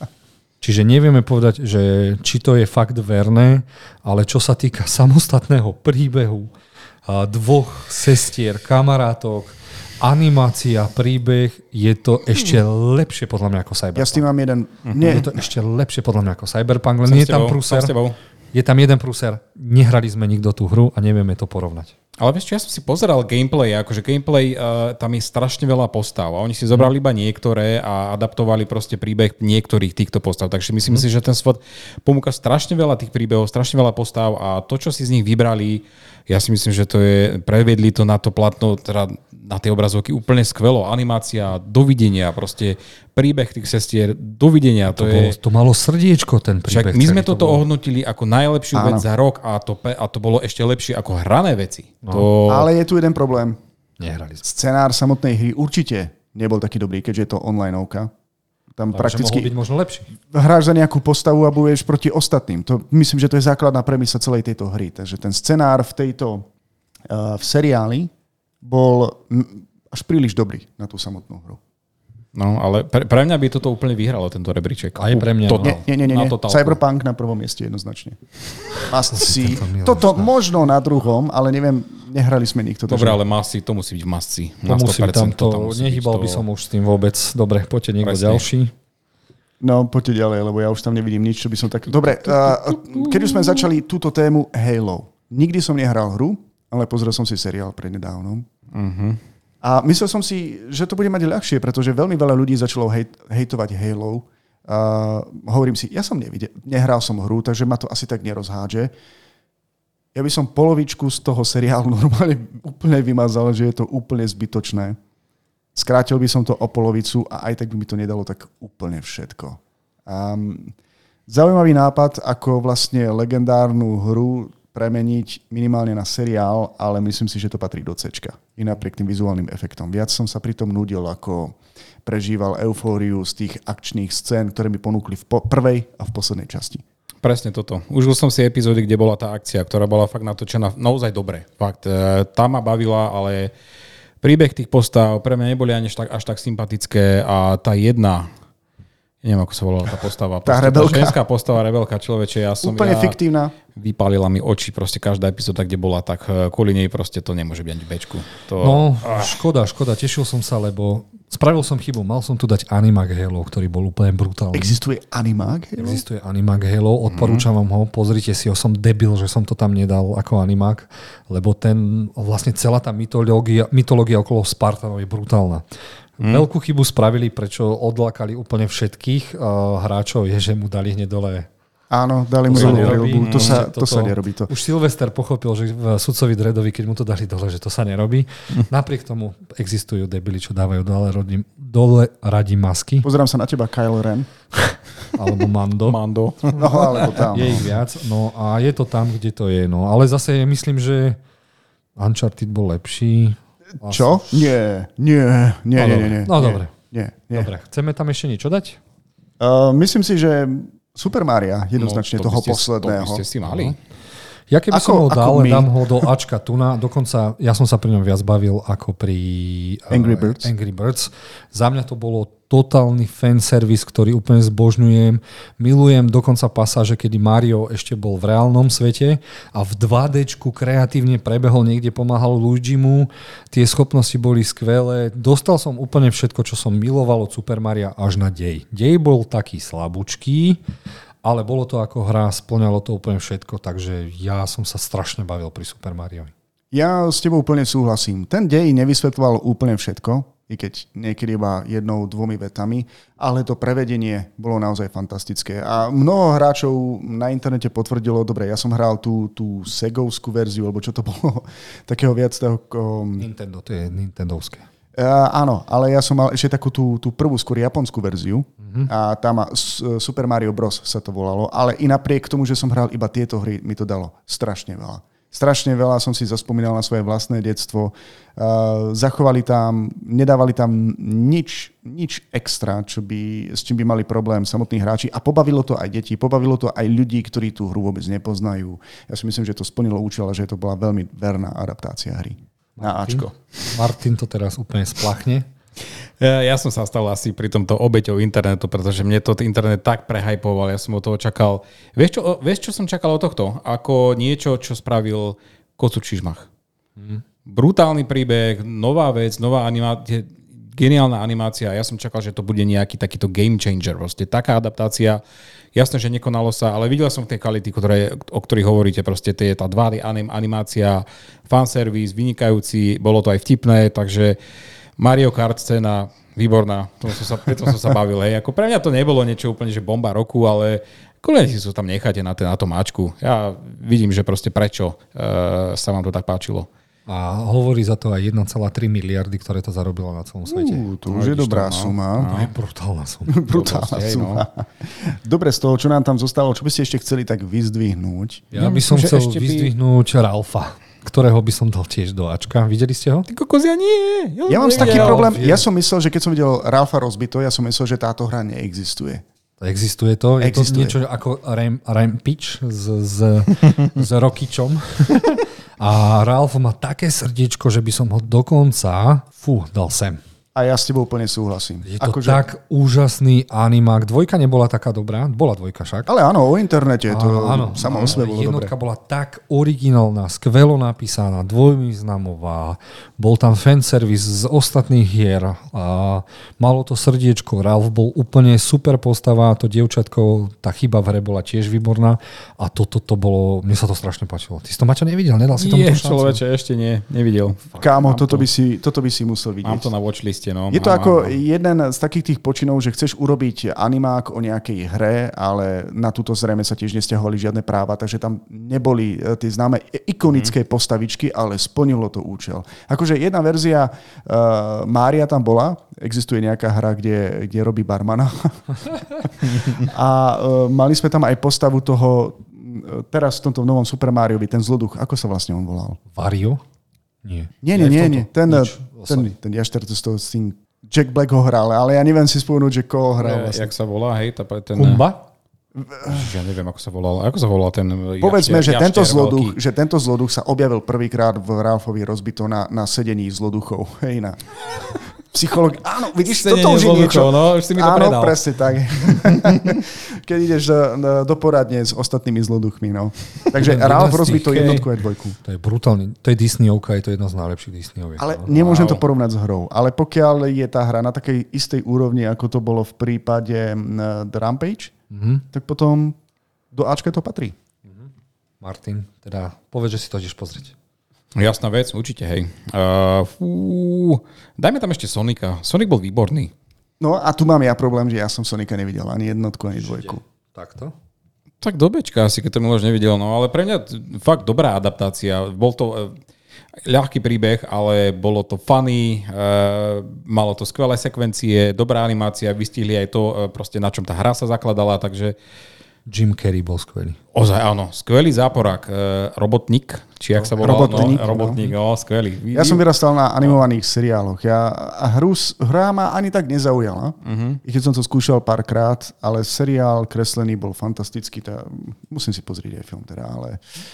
Čiže nevieme povedať, že či to je fakt verné, ale čo sa týka samostatného príbehu, dvoch sestier, kamarátok, animácia, príbeh, je to ešte lepšie podľa mňa ako Cyberpunk. Ja s tým mám jeden... Nie. Je to ešte lepšie podľa mňa ako Cyberpunk, len nie je tam prúser. Je tam jeden prúser. Nehrali sme nikto tú hru a nevieme to porovnať. Ale vieš čo, ja som si pozeral gameplay, akože gameplay, uh, tam je strašne veľa postav a oni si zobrali iba niektoré a adaptovali proste príbeh niektorých týchto postav. Takže myslím mm. si, že ten svod pomúka strašne veľa tých príbehov, strašne veľa postav a to, čo si z nich vybrali, ja si myslím, že to je, prevedli to na to platno, teda na tie obrazovky úplne skvelo. Animácia, dovidenia, proste príbeh tých sestier, dovidenia. To, to, je... bolo, to malo srdiečko, ten príbeh. Však my sme toto to ohodnotili ako najlepšiu Áno. vec za rok a to, a to bolo ešte lepšie ako hrané veci. No. To... Ale je tu jeden problém. Nehrali sme. Scenár samotnej hry určite nebol taký dobrý, keďže je to onlineovka. Tam ale prakticky byť možno lepší. Hráš za nejakú postavu a budeš proti ostatným. To, myslím, že to je základná premisa celej tejto hry. Takže ten scenár v tejto uh, v seriáli bol až príliš dobrý na tú samotnú hru. No, ale pre, pre mňa by toto úplne vyhralo, tento rebríček. Aj pre mňa. To, no. Nie, nie, nie. nie. Cyberpunk na prvom mieste jednoznačne. Must see. Toto možno na druhom, ale neviem, nehrali sme nikto. Dobre, ale must see, to musí byť must see. To musí byť tam to, to nehýbal by som už s tým vôbec. Dobre, poďte niekto Presne. ďalší. No, poďte ďalej, lebo ja už tam nevidím nič, čo by som tak... Dobre, uh, keď už sme začali túto tému Halo. Nikdy som nehral hru, ale pozrel som si seriál prednedávnom. Uh-huh. A myslel som si, že to bude mať ľahšie, pretože veľmi veľa ľudí začalo hejt, hejtovať Halo. Uh, hovorím si, ja som nevidel, nehral som hru, takže ma to asi tak nerozhádže. Ja by som polovičku z toho seriálu normálne úplne vymazal, že je to úplne zbytočné. Skrátil by som to o polovicu a aj tak by mi to nedalo tak úplne všetko. Um, zaujímavý nápad, ako vlastne legendárnu hru premeniť minimálne na seriál, ale myslím si, že to patrí do C-čka. I napriek tým vizuálnym efektom. Viac som sa pri tom nudil, ako prežíval eufóriu z tých akčných scén, ktoré mi ponúkli v po- prvej a v poslednej časti. Presne toto. Užil som si epizódy, kde bola tá akcia, ktorá bola fakt natočená naozaj dobre. Fakt, tá ma bavila, ale príbeh tých postav pre mňa neboli ani až tak, až tak sympatické a tá jedna... Neviem, ako sa volala tá postava. Tá rebelka. Tá ženská postava, rebelka, človeče. Ja som, úplne ja fiktívna. Vypálila mi oči, proste každá epizóda, kde bola, tak kvôli nej proste to nemôže byť ani v bečku. To... No, ah. škoda, škoda. Tešil som sa, lebo spravil som chybu. Mal som tu dať Animag Halo, ktorý bol úplne brutálny. Existuje Animag Halo? Existuje Animag Halo. Odporúčam vám ho. Pozrite si ho. Som debil, že som to tam nedal ako Animag, lebo ten, vlastne celá tá mytológia, mytológia okolo Spartanov je brutálna. Hmm. Veľkú chybu spravili, prečo odlákali úplne všetkých uh, hráčov, je, že mu dali hneď dole. Áno, dali mu dole prilbu. To, sa, to sa nerobí. To. Už Sylvester pochopil, že v sudcovi Dreadovi, keď mu to dali dole, že to sa nerobí. Hmm. Napriek tomu existujú debili, čo dávajú dole, rodí, dole radi masky. Pozerám sa na teba, Kylo Ren. Alebo Mando. Mando. No, alebo tam. Je ich viac. No a je to tam, kde to je. No. Ale zase myslím, že Uncharted bol lepší. Čo? Nie, nie, nie, no, nie, nie, nie. No dobre. Nie, nie. Dobre, chceme tam ešte niečo dať? Uh, myslím si, že Super Mario jednoznačne no, to toho ste, posledného. To by ste si mali. Ja keby Ako- som ho ako dal, my. dám ho do Ačka Tuna, dokonca ja som sa pri ňom viac bavil ako pri uh, Angry Birds. Angry Birds. Za mňa to bolo totálny fanservice, ktorý úplne zbožňujem. Milujem dokonca pasáže, kedy Mario ešte bol v reálnom svete a v dva déčku kreatívne prebehol, niekde pomáhal Luigimu. Tie schopnosti boli skvelé. Dostal som úplne všetko, čo som miloval od Super Maria až na dej. Dej bol taký slabúčký, ale bolo to ako hra, spĺňalo to úplne všetko, takže ja som sa strašne bavil pri Super Mariovi. Ja s tebou úplne súhlasím. Ten dej nevysvetľoval úplne všetko, i keď niekedy iba jednou, dvomi vetami, ale to prevedenie bolo naozaj fantastické. A mnoho hráčov na internete potvrdilo, dobre, ja som hral tú, tú segovskú verziu, alebo čo to bolo, takého viac toho... Um, Nintendo, to je nintendovské. Uh, áno, ale ja som mal ešte takú tú, tú prvú, skôr japonskú verziu mm-hmm. a tam ma, Super Mario Bros. Sa to volalo, ale i napriek tomu, že som hral iba tieto hry, mi to dalo strašne veľa. Strašne veľa som si zaspomínal na svoje vlastné detstvo. Uh, zachovali tam, nedávali tam nič, nič extra, čo by, s čím by mali problém samotní hráči a pobavilo to aj deti, pobavilo to aj ľudí, ktorí tú hru vôbec nepoznajú. Ja si myslím, že to splnilo účel a že to bola veľmi verná adaptácia hry. Na Ačko. Martin to teraz úplne splachne. Ja, ja som sa stal asi pri tomto obeťou internetu, pretože mne to internet tak prehajpoval, ja som od toho čakal. Vieš čo, vieš, čo som čakal od tohto? Ako niečo, čo spravil Kocu Čižmach. Hmm. Brutálny príbeh, nová vec, nová animácia, geniálna animácia. Ja som čakal, že to bude nejaký takýto game changer. Proste taká adaptácia. Jasné, že nekonalo sa, ale videl som tie kvality, ktoré, o ktorých hovoríte. Proste tie, tá dva dé anim, animácia, fanservice, vynikajúci, bolo to aj vtipné, takže Mario Kart scéna, výborná, to som sa, preto som sa bavil. Hej. Ako pre mňa to nebolo niečo úplne, že bomba roku, ale kľudne si to tam necháte na, ten, na tom Ačku. Ja vidím, že proste prečo uh, sa vám to tak páčilo. A hovorí za to aj jeden celá tri miliardy, ktoré to zarobilo na celom svete. Uh, to už je dobrá to, no. suma. To je brutálna suma. Brutálna hej, suma. No. Dobre, z toho, čo nám tam zostalo, čo by ste ešte chceli tak vyzdvihnúť? Ja, ja by myslím, som chcel by... vyzdvihnúť Ralfa, ktorého by som dal tiež do Ačka. Videli ste ho? Ty kokos, ja nie. Ja Ja, mám taký nevidel. problém, ja som myslel, že keď som videl Ralfa rozbito, ja som myslel, že táto hra neexistuje. Existuje to. Je Existuje. to niečo ako Ram, Rampage s, s, s Rokičom. A Ralf má také srdiečko, že by som ho dokonca fú, dal sem. A ja s tebou úplne súhlasím. Je to akože... tak úžasný animák. Dvojka nebola taká dobrá. Bola dvojka však. Ale áno, o internete to A, áno, samo o sebe bolo jednotka dobre. bola tak originálna, skvelo napísaná, dvojvýznamová. Bol tam fanservice z ostatných hier. A malo to srdiečko. Ralf bol úplne super postava. To dievčatko, tá chyba v hre bola tiež výborná. A toto to, to bolo, mne sa to strašne páčilo. Ty si to, Maťo, nevidel? Nedal si tomu Nie, tú šancu? človeče, ešte nie. Nevidel. Kámo, Mám toto to. by, si, toto by si musel vidieť. Mám to na watchliste. No. Je to mám, ako mám, mám. jeden z takých tých počinov, že chceš urobiť animák o nejakej hre, ale na túto zrejme sa tiež nesťahovali žiadne práva, takže tam neboli tie známe ikonické mm. postavičky, ale splnilo to účel. Akože jedna verzia uh, Mária tam bola, existuje nejaká hra, kde, kde robí barmana. A uh, mali sme tam aj postavu toho, teraz v tomto novom Super Mariovi, ten zloduch, ako sa vlastne on volal? Vario? Nie. Nie, nie, nie, nie. Ten, Nič. ten, ten jašter, to s tým Jack Black ho hral, ale ja neviem si spomenúť, že koho hral Ja, vlastne. jak sa volá, hej, tá, ten... Kumba? Ja neviem, ako sa volal. Ako sa volal ten... Povedzme, že, jašter, tento jašter zloduch, veľký. že tento zloduch sa objavil prvýkrát v Ralfovi rozbito na, na sedení zloduchov. Hej, na psychológ. Áno, vidíš, Sedenie toto už je niečo. zloduchov, no, už si mi to Áno, predal. presne tak. Keď ideš do, do poradne s ostatnými zloduchmi, no. Takže Ralf rozbito Hej. jednotku aj dvojku. To je brutálne. To je Disneyovka, je to jedna z najlepších Disneyoviek. Ale no. nemôžem Wow. to porovnať s hrou. Ale pokiaľ je tá hra na takej istej úrovni, ako to bolo v prípade mm, The Rampage, Mhm. tak potom do Ačka to patrí. Martin, teda povedz, že si to ideš pozrieť. Jasná vec, určite, hej. Uh, fú, dajme tam ešte Sonika. Sonic bol výborný. No a tu mám ja problém, že ja som Sonika nevidel ani jednotku, ani dvojku. Takto? Tak do Bčka asi, keď to Miloš nevidel. No ale pre mňa t- fakt dobrá adaptácia. Bol to uh, ľahký príbeh, ale bolo to funny, uh, malo to skvelé sekvencie, dobrá animácia, vystihli aj to, uh, proste na čom tá hra sa zakladala, takže Jim Carrey bol skvelý. ozaj áno, skvelý záporák. Uh, Robotník, či jak sa volal? Robotník, no, Robotník, no, skvelý. Ja som vyrastal na animovaných seriáloch. Ja, a hru, hra ma ani tak nezaujala, uh-huh. i keď som to skúšal párkrát, ale seriál kreslený bol fantastický. Tá, musím si pozrieť aj film teda, ale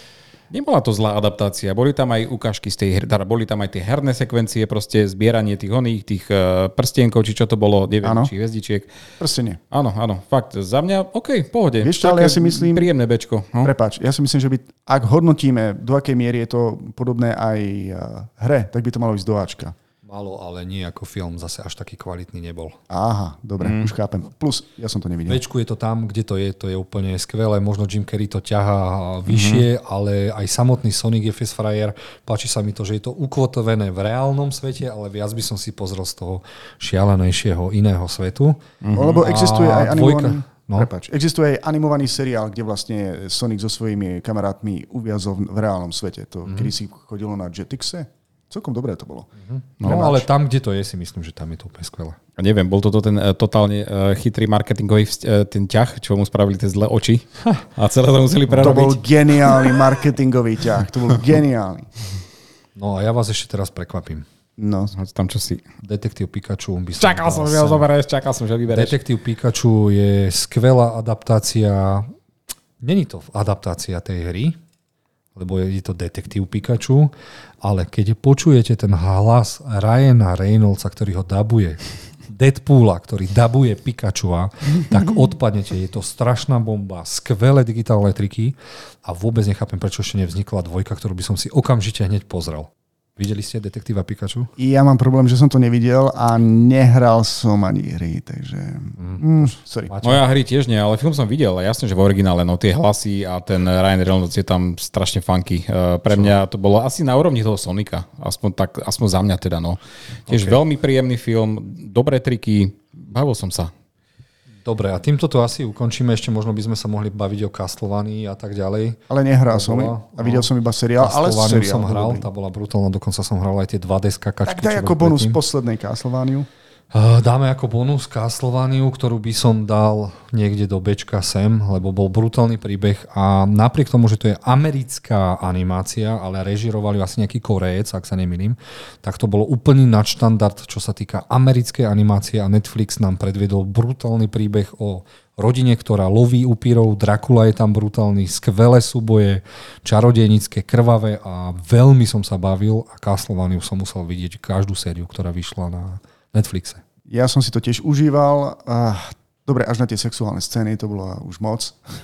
Nebola to zlá adaptácia. Boli tam aj ukážky z tej hry, teda boli tam aj tie herné sekvencie, proste zbieranie tých oných, tých uh, prstienkov, či čo to bolo, neviem, ano. či hviezdičiek. Prstenie. Áno, áno, fakt. Za mňa, OK, pohode. Vieš čo, ale ja si myslím... Príjemné bečko. No? Prepáč, ja si myslím, že by, ak hodnotíme, do akej miery je to podobné aj hre, tak by to malo ísť do Ačka. Malo, ale nie ako film, zase až taký kvalitný nebol. Aha, dobre, mm. už chápem. Plus, ja som to nevidel. Večku je to tam, kde to je, to je úplne skvelé. Možno Jim Carrey to ťahá vyššie, mm-hmm. ale aj samotný Sonic je fest frajer. Páči sa mi to, že je to ukotvené v reálnom svete, ale viac by som si pozrel z toho šialenejšieho iného svetu. Mm-hmm. Lebo existuje aj animovaný... No. Prepač, existuje aj animovaný seriál, kde vlastne Sonic so svojimi kamarátmi uviazol v reálnom svete. To mm-hmm. kedy si chodilo na Jetixe? Celkom dobré to bolo. No, no ale tam, kde to je, si myslím, že tam je to úplne skvelé. A neviem, bol toto ten uh, totálne uh, chytrý marketingový uh, ten ťah, čo mu spravili tie zlé oči a celé to museli prerobiť. To bol geniálny marketingový ťah. To bol geniálny. No a ja vás ešte teraz prekvapím. No. Tam čo si... Detektív Pikachu. By som čakal som, že ho zoberieš, čakal som, že vybereš. Detektív Pikachu je skvelá adaptácia. Není to adaptácia tej hry, lebo je to detektív Pikachu, ale keď počujete ten hlas Ryana Reynoldsa, ktorý ho dabuje, Deadpoola, ktorý dabuje Pikachua, tak odpadnete. Je to strašná bomba, skvelé digitálne triky a vôbec nechápem, prečo ešte nevznikla dvojka, ktorú by som si okamžite hneď pozrel. Videli ste Detektíva Pikachu? Ja mám problém, že som to nevidel a nehral som ani hry, takže... Mm, sorry. Moja hry tiež nie, ale film som videl. Jasne, že v originále, no tie hlasy a ten Ryan Reynolds je tam strašne funky. Uh, pre mňa to bolo asi na úrovni toho Sonika. Aspoň, tak, aspoň za mňa teda, no. Tiež okay. Veľmi príjemný film, dobré triky, bavil som sa. Dobre, a týmto to asi ukončíme. Ešte možno by sme sa mohli baviť o Castlevanii a tak ďalej. Ale nehral som a videl som iba seriál, ale seriál som hral, tá bola brutálna, dokonca som hral aj tie dva dé skakačky. Tak daj ako bonus poslednej Castlevaniu. Dáme ako bonus Castlevaniu, ktorú by som dal niekde do Bčka sem, lebo bol brutálny príbeh a napriek tomu, že to je americká animácia, ale režirovali asi nejaký Korejec, ak sa nemýlim, tak to bolo úplný nadštandard, čo sa týka americkej animácie a Netflix nám predviedol brutálny príbeh o rodine, ktorá loví upírov, Dracula je tam brutálny, skvelé súboje, čarodejnícke, krvavé a veľmi som sa bavil a Castlevaniu som musel vidieť každú sériu, ktorá vyšla na Netflixe. Ja som si to tiež užíval. Dobre, až na tie sexuálne scény, to bolo už moc.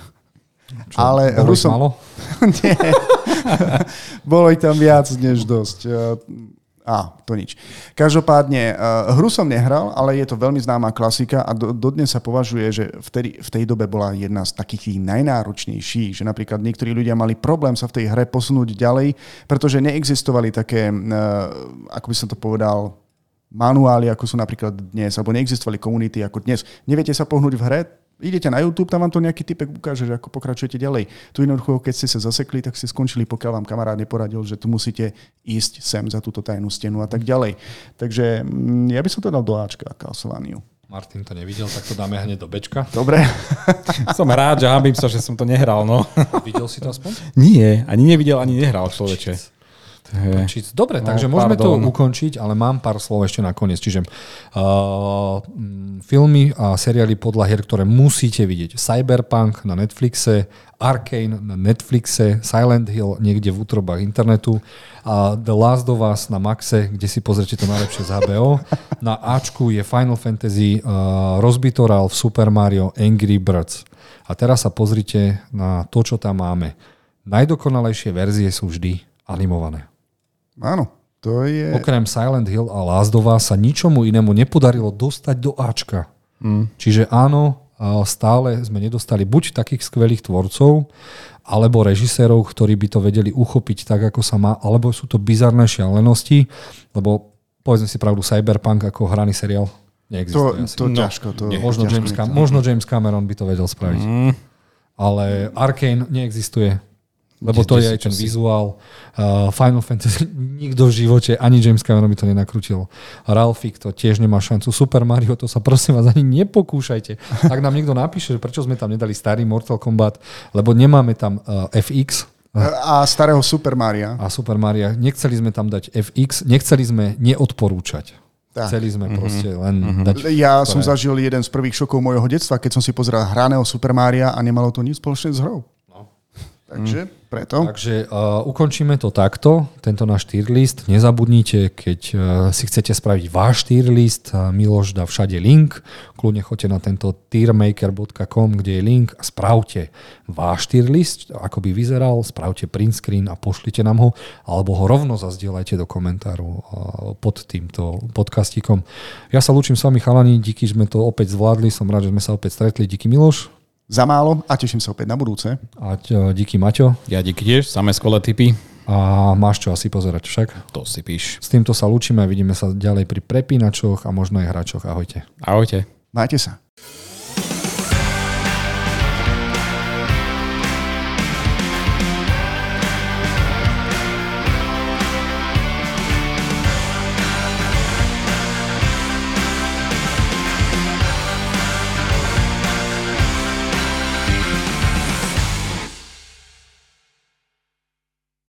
Čo, ale bolo hru som... malo? Nie. Bolo ich tam viac než dosť. Á, to nič. Každopádne, hru som nehral, ale je to veľmi známa klasika a do, dodnes sa považuje, že vtedy, v tej dobe bola jedna z takých najnáročnejších, že napríklad niektorí ľudia mali problém sa v tej hre posunúť ďalej, pretože neexistovali také, ako by som to povedal, manuály, ako sú napríklad dnes, alebo neexistovali komunity ako dnes. Neviete sa pohnúť v hre? Idete na YouTube, tam vám to nejaký typek ukáže, že ako pokračujete ďalej. Tu jednoducho, keď ste sa zasekli, tak ste skončili, pokiaľ vám kamarát neporadil, že tu musíte ísť sem za túto tajnú stenu a tak ďalej. Takže ja by som to dal do Ačka, Castlevaniu. Martin to nevidel, tak to dáme hneď do Bčka. Dobre. Som rád, že hábim sa, že som to nehral, no. Videl si to aspoň? Nie, ani nevidel, ani nehral, človeče. Dobre, no, takže môžeme pardon. to ukončiť, ale mám pár slov ešte nakoniec. Čiže uh, filmy a seriály podľa hier, ktoré musíte vidieť. Cyberpunk na Netflixe, Arcane na Netflixe, Silent Hill niekde v útrobách internetu, a The Last of Us na Maxe, kde si pozrite to najlepšie z há bé ó. Na Ačku je Final Fantasy, uh, Rozbitoral v Super Mario, Angry Birds. A teraz sa pozrite na to, čo tam máme. Najdokonalejšie verzie sú vždy animované. Áno, to je... Okrem Silent Hill a Last of Us sa ničomu inému nepodarilo dostať do Ačka. Mm. Čiže áno, stále sme nedostali buď takých skvelých tvorcov, alebo režisérov, ktorí by to vedeli uchopiť tak, ako sa má, alebo sú to bizarné šialenosti, lebo povedzme si pravdu, Cyberpunk ako hraný seriál neexistuje. To, to no, ťažko. To možno, ťažko James Cam- možno James Cameron by to vedel spraviť. Mm. Ale Arcane neexistuje. Lebo to je aj ten vizuál. Uh, Final Fantasy nikto v živote, ani James Cameron by to nenakrutil. Ralphik to tiež nemá šancu. Super Mario, to sa prosím vás ani nepokúšajte. Ak nám niekto napíše, prečo sme tam nedali starý Mortal Kombat, lebo nemáme tam uh, ef iks. A starého Super Maria. A Super Maria. Nechceli sme tam dať ef iks, nechceli sme neodporúčať. Tak. Chceli sme mm-hmm. proste len mm-hmm. dať... Ja ktoré... som zažil jeden z prvých šokov mojho detstva, keď som si pozeral hraného Super Maria a nemalo to nič spoločné s hrou. Takže preto. Takže uh, ukončíme to takto, tento náš tier list. Nezabudnite, keď uh, si chcete spraviť váš tier list, uh, Miloš dá všade link. Kľudne choďte na tento tiermaker bodka com, kde je link a spravte váš tier list, ako by vyzeral, spravte print screen a pošlite nám ho, alebo ho rovno zazdieľajte do komentáru uh, pod týmto podcastikom. Ja sa lúčim s vami, chalani, díky, že sme to opäť zvládli, som rád, že sme sa opäť stretli. Díky, Miloš. Za málo a teším sa opäť na budúce. A díky, Maťo. Ja díky tiež, samé skvelé tipy. A máš čo asi pozerať však? To si píš. S týmto sa lúčime a vidíme sa ďalej pri prepínačoch a možno aj hráčoch. Ahojte. Ahojte. Majte sa.